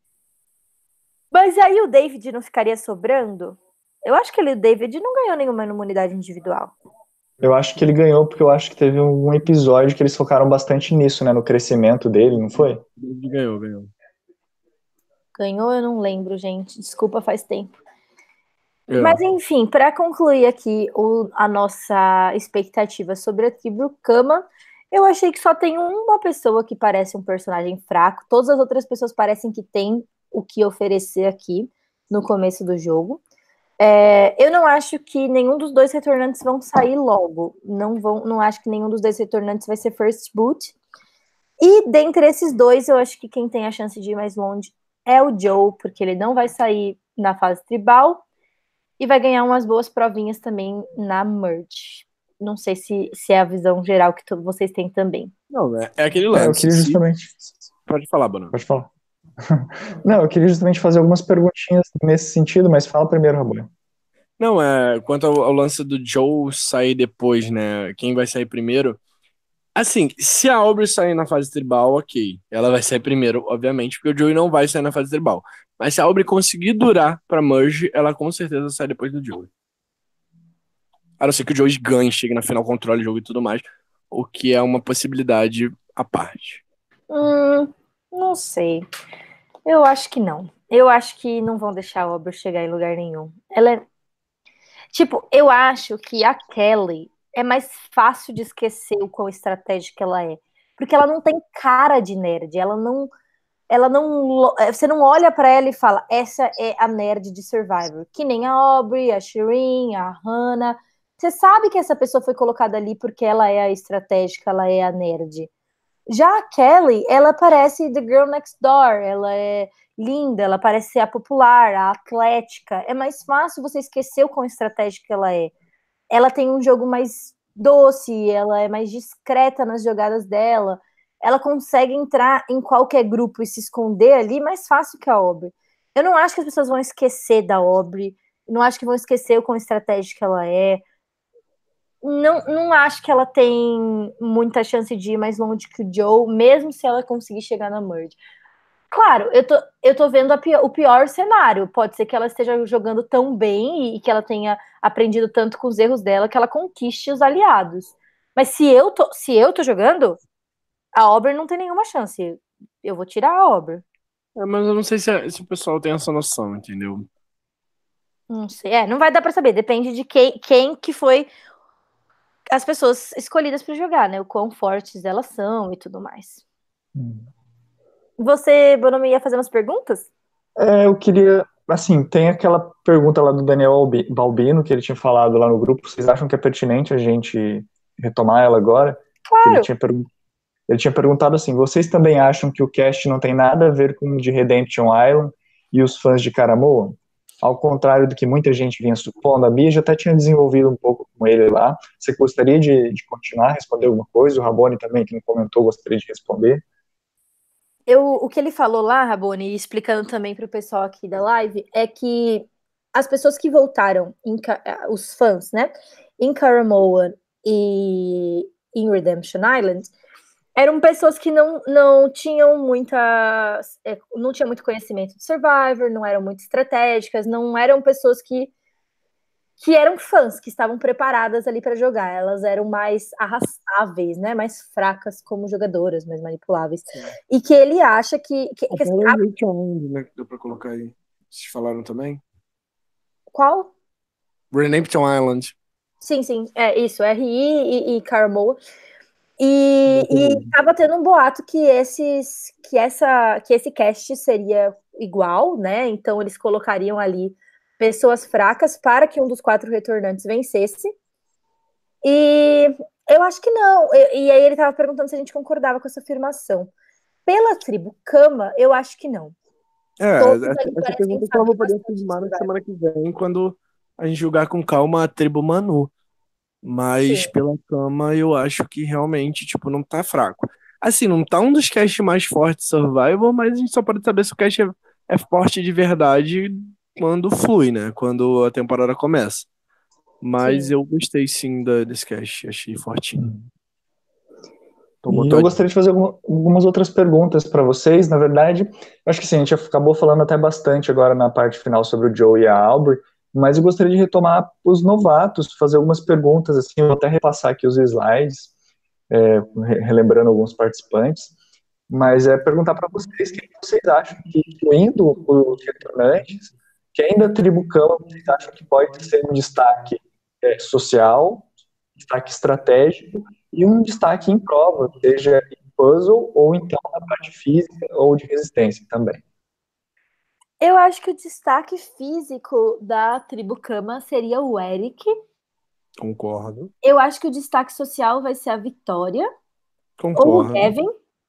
Mas aí o David não ficaria sobrando? Eu acho que o David não ganhou nenhuma imunidade individual. Eu acho que ele ganhou porque eu acho que teve um episódio que eles focaram bastante nisso, né? No crescimento dele, não foi? O David ganhou. Ganhou, eu não lembro, gente. Desculpa, faz tempo. É. Mas enfim, para concluir aqui a nossa expectativa sobre a tribo Kama, eu achei que só tem uma pessoa que parece um personagem fraco. Todas as outras pessoas parecem que têm o que oferecer aqui no começo do jogo. Eu não acho que nenhum dos dois retornantes vão sair logo. Não acho que nenhum dos dois retornantes vai ser first boot. E dentre esses dois, eu acho que quem tem a chance de ir mais longe é o Joe, porque ele não vai sair na fase tribal e vai ganhar umas boas provinhas também na Merge. Não sei se é a visão geral que vocês têm também. Não, é aquele lance. Eu queria justamente... Pode falar, Bono. Pode falar. Não, eu queria justamente fazer algumas perguntinhas nesse sentido, mas fala primeiro, Rabone. Não, quanto ao lance do Joe sair depois, né? Quem vai sair primeiro? Assim, se a Aubrey sair na fase tribal, ok. Ela vai sair primeiro, obviamente, porque o Joey não vai sair na fase tribal. Mas se a Aubrey conseguir durar pra Merge, ela com certeza sai depois do Joey. A não ser que o Joey ganhe, chegue na final, controle o jogo e tudo mais. O que é uma possibilidade à parte. Não sei. Eu acho que não. Eu acho que não vão deixar a Aubrey chegar em lugar nenhum. Ela é... Tipo, eu acho que a Kelly é mais fácil de esquecer o quão estratégica ela é. Porque ela não tem cara de nerd. Ela não... Você não olha pra ela e fala, essa é a nerd de Survivor. Que nem a Aubrey, a Shireen, a Hannah. Você sabe que essa pessoa foi colocada ali porque ela é a estratégica, ela é a nerd. Já a Kelly, ela parece The Girl Next Door, ela é linda, ela parece ser a popular, a atlética. É mais fácil você esquecer o quão estratégica ela é. Ela tem um jogo mais doce, ela é mais discreta nas jogadas dela. Ela consegue entrar em qualquer grupo e se esconder ali mais fácil que a Aubrey. Eu não acho que as pessoas vão esquecer da Aubrey, não acho que vão esquecer o quão estratégica ela é. Não acho que ela tem muita chance de ir mais longe que o Joe, mesmo se ela conseguir chegar na Merge. Claro, eu tô vendo o pior cenário. Pode ser que ela esteja jogando tão bem e que ela tenha aprendido tanto com os erros dela que ela conquiste os aliados. Mas se eu tô jogando, a Aubrey não tem nenhuma chance. Eu vou tirar a Aubrey. Mas eu não sei se o pessoal tem essa noção, entendeu? Não sei. Não vai dar pra saber. Depende de quem que foi as pessoas escolhidas para jogar, né? O quão fortes elas são e tudo mais. Você, Bonomi, ia fazer umas perguntas? Eu queria, assim, tem aquela pergunta lá do Daniel Balbino, que ele tinha falado lá no grupo. Vocês acham que é pertinente a gente retomar ela agora? Claro. Ele tinha perguntado assim, vocês também acham que o cast não tem nada a ver com o de Redemption Island e os fãs de Caramoa? Ao contrário do que muita gente vinha supondo, a Bia já até tinha desenvolvido um pouco com ele lá. Você gostaria de continuar a responder alguma coisa? O Rabone também, que não comentou, gostaria de responder? O que ele falou lá, Rabone, explicando também para o pessoal aqui da live, é que as pessoas que voltaram, os fãs, né, em Caramoa e em Redemption Island, eram pessoas que não tinham não tinham muito conhecimento de Survivor, não eram muito estratégicas, não eram pessoas que eram fãs, que estavam preparadas ali para jogar. Elas eram mais arrastáveis, né? Mais fracas como jogadoras, mais manipuláveis. Sim. E que ele acha que Até o Redemption Island, né? Que deu pra colocar aí. Vocês falaram também? Qual? Redemption Island. Sim, é isso, RI e Caramoa. E tava tendo um boato que esse cast seria igual, né? Então eles colocariam ali pessoas fracas para que um dos 4 retornantes vencesse. E eu acho que não. E aí ele tava perguntando se a gente concordava com essa afirmação. Pela tribo Kama, eu acho que não. Todos ali Essa parecem pergunta só saber vou poder bastante afirmar na sobre semana que vem, quando a gente julgar com calma a tribo Manu. Mas Sim. pela cama, eu acho que realmente, tipo, não tá fraco. Assim, não tá um dos casts mais fortes de Survival, mas a gente só pode saber se o cast é forte de verdade quando flui, né? Quando a temporada começa. Mas Sim. eu gostei sim desse cast, achei fortinho. E eu gostaria de fazer algumas outras perguntas para vocês. Na verdade, eu acho que sim, a gente acabou falando até bastante agora na parte final sobre o Joe e a Aubrey, mas eu gostaria de retomar os novatos, fazer algumas perguntas, assim, eu vou até repassar aqui os slides, relembrando alguns participantes, mas perguntar para vocês quem vocês acham que, incluindo os retornantes, quem da tribo Cama vocês acham que pode ser um destaque social, destaque estratégico e um destaque em prova, seja em puzzle ou então na parte física ou de resistência também. Eu acho que o destaque físico da tribo Kama seria o Eric. Concordo. Eu acho que o destaque social vai ser a Vitória ou o Concordo. Gavin.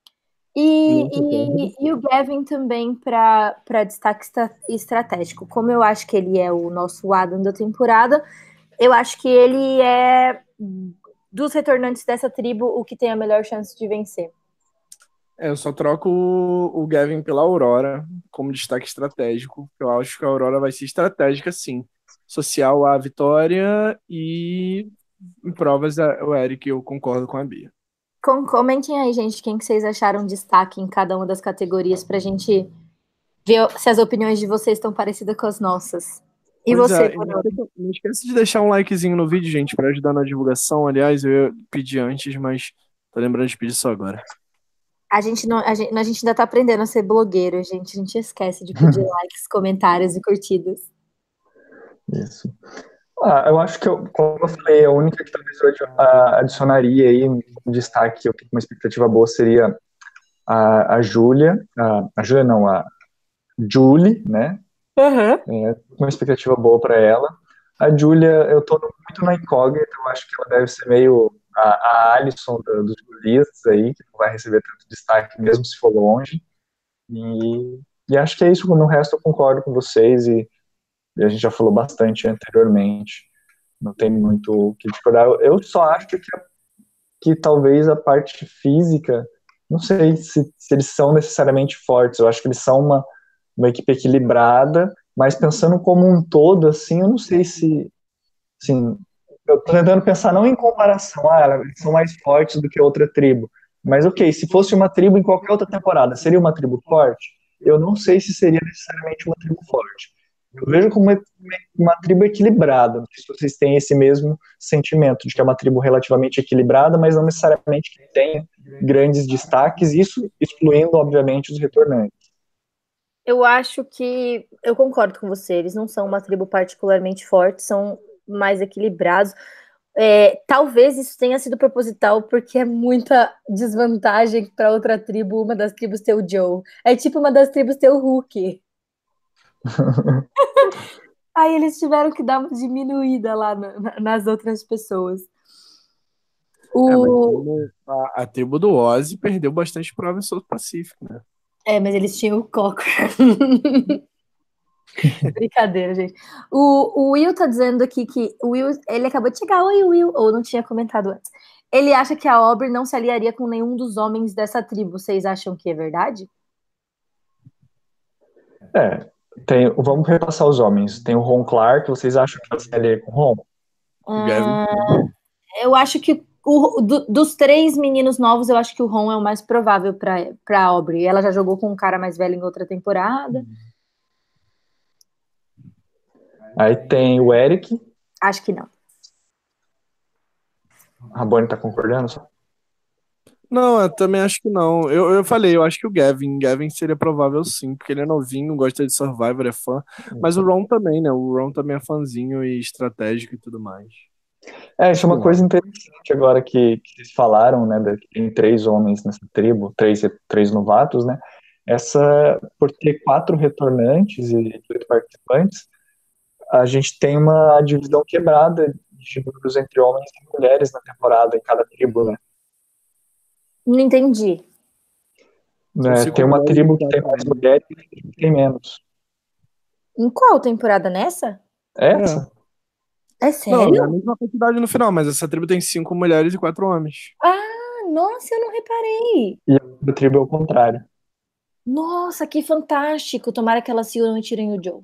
E o Gavin também para destaque estratégico. Como eu acho que ele é o nosso Adam da temporada, eu acho que ele é, dos retornantes dessa tribo, o que tem a melhor chance de vencer. Eu só troco o Gavin pela Aurora como destaque estratégico. Eu acho que a Aurora vai ser estratégica, sim. Social a Vitória e em provas o Eric, eu concordo com a Bia. Comentem aí, gente, quem que vocês acharam destaque em cada uma das categorias pra gente ver se as opiniões de vocês estão parecidas com as nossas. E Pois você, é, não esqueça de deixar um likezinho no vídeo, gente, para ajudar na divulgação. Aliás, eu ia pedir antes, mas tô lembrando de pedir só agora. A gente ainda tá aprendendo a ser blogueiro, gente. A gente esquece de pedir likes, comentários e curtidas. Isso. Eu acho que, como eu falei, a única que talvez eu adicionaria aí um destaque, eu tenho uma expectativa boa, seria a Júlia, a Júlia não, a Julie, né? Uma expectativa boa para ela. A Júlia, eu tô muito na incógnita, eu acho que ela deve ser meio a Alison dos guristas aí, que não vai receber tanto destaque mesmo se for longe. E acho que é isso, no resto eu concordo com vocês e a gente já falou bastante anteriormente. Não tem muito o que discordar. Eu só acho que talvez a parte física, não sei se eles são necessariamente fortes, eu acho que eles são uma equipe equilibrada, mas pensando como um todo, assim, eu não sei se, assim, eu tô tentando pensar não em comparação, eles são mais fortes do que outra tribo, mas ok, se fosse uma tribo em qualquer outra temporada, seria uma tribo forte? Eu não sei se seria necessariamente uma tribo forte. Eu vejo como uma tribo equilibrada. Não sei se vocês têm esse mesmo sentimento de que é uma tribo relativamente equilibrada, mas não necessariamente que tenha grandes destaques, isso excluindo, obviamente, os retornantes. Eu acho que eu concordo com você. Eles não são uma tribo particularmente forte, são mais equilibrados. Talvez isso tenha sido proposital, porque é muita desvantagem para outra tribo, uma das tribos ter o Joe. É tipo uma das tribos ter o Hulk. Aí eles tiveram que dar uma diminuída lá nas outras pessoas. Mas a tribo do Ozzy perdeu bastante prova em South Pacific, né? Mas eles tinham o Cocker. Brincadeira, gente. O Will tá dizendo aqui que o Will, ele acabou de chegar. Oi, Will, ou não tinha comentado antes. Ele acha que a Aubrey não se aliaria com nenhum dos homens dessa tribo. Vocês acham que é verdade? É, vamos repassar os homens. Tem o Ron Clark, vocês acham que ela sairia com o Ron? Gavin. Eu acho que dos três meninos novos, eu acho que o Ron é o mais provável pra Aubrey. Ela já jogou com um cara mais velho em outra temporada. Aí tem o Eric. Acho que não. A Bonnie tá concordando? Não, eu também acho que não. Eu falei, eu acho que o Gavin. Gavin seria provável sim, porque ele é novinho, gosta de Survivor, é fã. Mas o Ron também, né? O Ron também é fãzinho e estratégico e tudo mais. Isso é uma coisa interessante agora que vocês falaram, né? Que tem 3 homens nessa tribo, três novatos, né? Por ter 4 retornantes e 8 participantes, a gente tem uma divisão quebrada de números entre homens e mulheres na temporada, em cada tribo, né? Não entendi. Tem uma mulheres tribo e que tem 4 mais homens. mulheres e outra que tem menos. Em qual temporada? Nessa? Essa? É Não, é a sério? mesma quantidade no final, mas essa tribo tem 5 mulheres e 4 homens. Ah, nossa, eu não reparei. E a outra tribo é o contrário. Nossa, que fantástico. Tomara que elas sigam e tirem o Joe.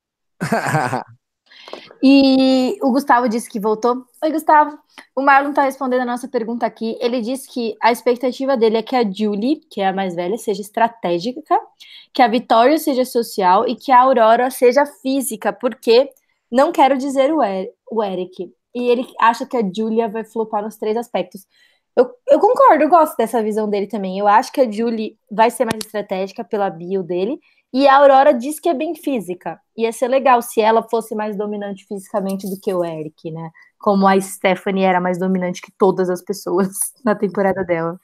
E o Gustavo disse que voltou. Oi, Gustavo. O Marlon tá respondendo a nossa pergunta aqui. Ele disse que a expectativa dele é que a Julie, que é a mais velha, seja estratégica, que a Vitória seja social e que a Aurora seja física, porque não quero dizer o Eric. E ele acha que a Julia vai flopar nos 3 aspectos. Eu concordo, eu gosto dessa visão dele também. Eu acho que a Julie vai ser mais estratégica pela bio dele. E a Aurora diz que é bem física. Ia ser legal se ela fosse mais dominante fisicamente do que o Eric, né? Como a Stephanie era mais dominante que todas as pessoas na temporada dela.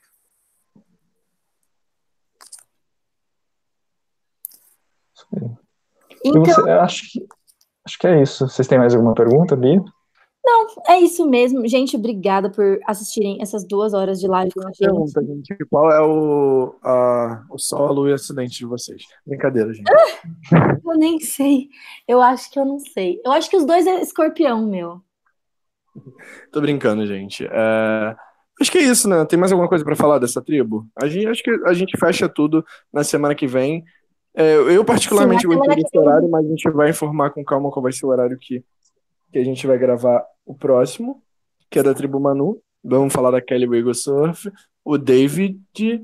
Então, Acho que é isso. Vocês têm mais alguma pergunta, Bia? é isso mesmo. Gente, obrigada por assistirem essas 2 horas de live com a gente. Pergunta, gente, qual é o solo e acidente de vocês? Brincadeira, gente. Eu nem sei. Eu acho que eu não sei. Eu acho que os 2 é escorpião, meu. Tô brincando, gente. Acho que é isso, né? Tem mais alguma coisa pra falar dessa tribo? Acho que a gente fecha tudo na semana que vem. Eu particularmente Sim, na gostei semana que desse vem. horário, mas a gente vai informar com calma qual vai ser o horário que a gente vai gravar o próximo, que é da tribo Manu. Vamos falar da Kelly Wiggle Surf, o David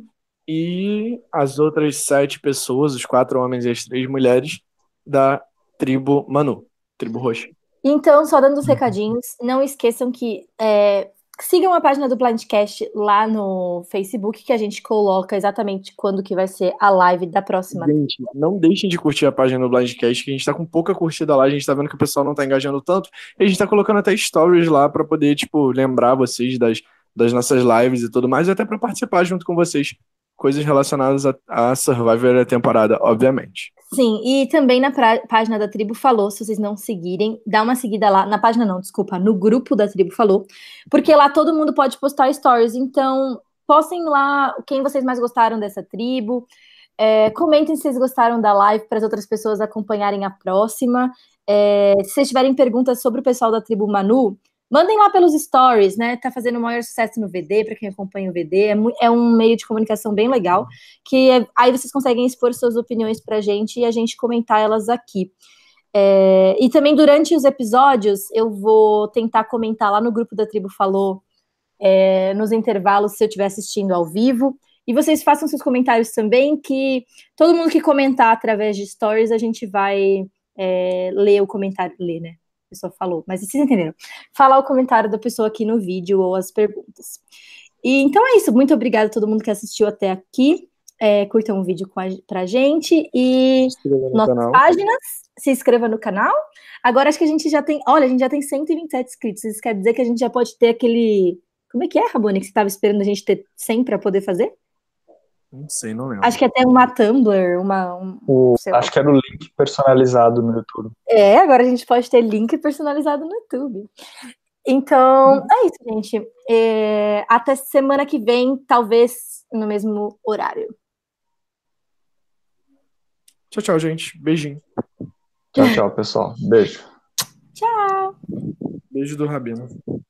e as outras 7 pessoas, os 4 homens e as 3 mulheres da tribo Manu, tribo roxa. Então, só dando os recadinhos, não esqueçam que sigam a página do Blindcast lá no Facebook, que a gente coloca exatamente quando que vai ser a live da próxima. Gente, não deixem de curtir a página do Blindcast, que a gente tá com pouca curtida lá, a gente tá vendo que o pessoal não tá engajando tanto, e a gente tá colocando até stories lá pra poder, tipo, lembrar vocês das nossas lives e tudo mais, e até pra participar junto com vocês. Coisas relacionadas a Survivor da temporada, obviamente. Sim, e também na página da Tribo Falou, se vocês não seguirem, dá uma seguida lá, na página não, desculpa, no grupo da Tribo Falou, porque lá todo mundo pode postar stories, então postem lá quem vocês mais gostaram dessa tribo, comentem se vocês gostaram da live para as outras pessoas acompanharem a próxima, se vocês tiverem perguntas sobre o pessoal da Tribo Manu, mandem lá pelos stories, né? Tá fazendo o maior sucesso no VD, para quem acompanha o VD. É um meio de comunicação bem legal, aí vocês conseguem expor suas opiniões pra gente e a gente comentar elas aqui. E também durante os episódios, eu vou tentar comentar lá no grupo da Tribo Falou, nos intervalos, se eu estiver assistindo ao vivo. E vocês façam seus comentários também, que todo mundo que comentar através de stories, a gente vai ler o comentário, né? A pessoa falou, mas vocês entenderam. Falar o comentário da pessoa aqui no vídeo ou as perguntas. E então é isso. Muito obrigada a todo mundo que assistiu até aqui. Curtam o vídeo pra gente e nossas páginas. Se inscreva no canal. Agora acho que a gente já tem. Olha, a gente já tem 127 inscritos. Isso quer dizer que a gente já pode ter aquele. Como é que é, Rabone, que você estava esperando a gente ter 100 para poder fazer? Não sei, não lembro. Acho que até uma Tumblr, acho que era o link personalizado no YouTube. Agora a gente pode ter link personalizado no YouTube. Então, é isso, gente. Até semana que vem, talvez no mesmo horário. Tchau, tchau, gente. Beijinho. Tchau, tchau, pessoal. Beijo. Tchau. Beijo do Rabino.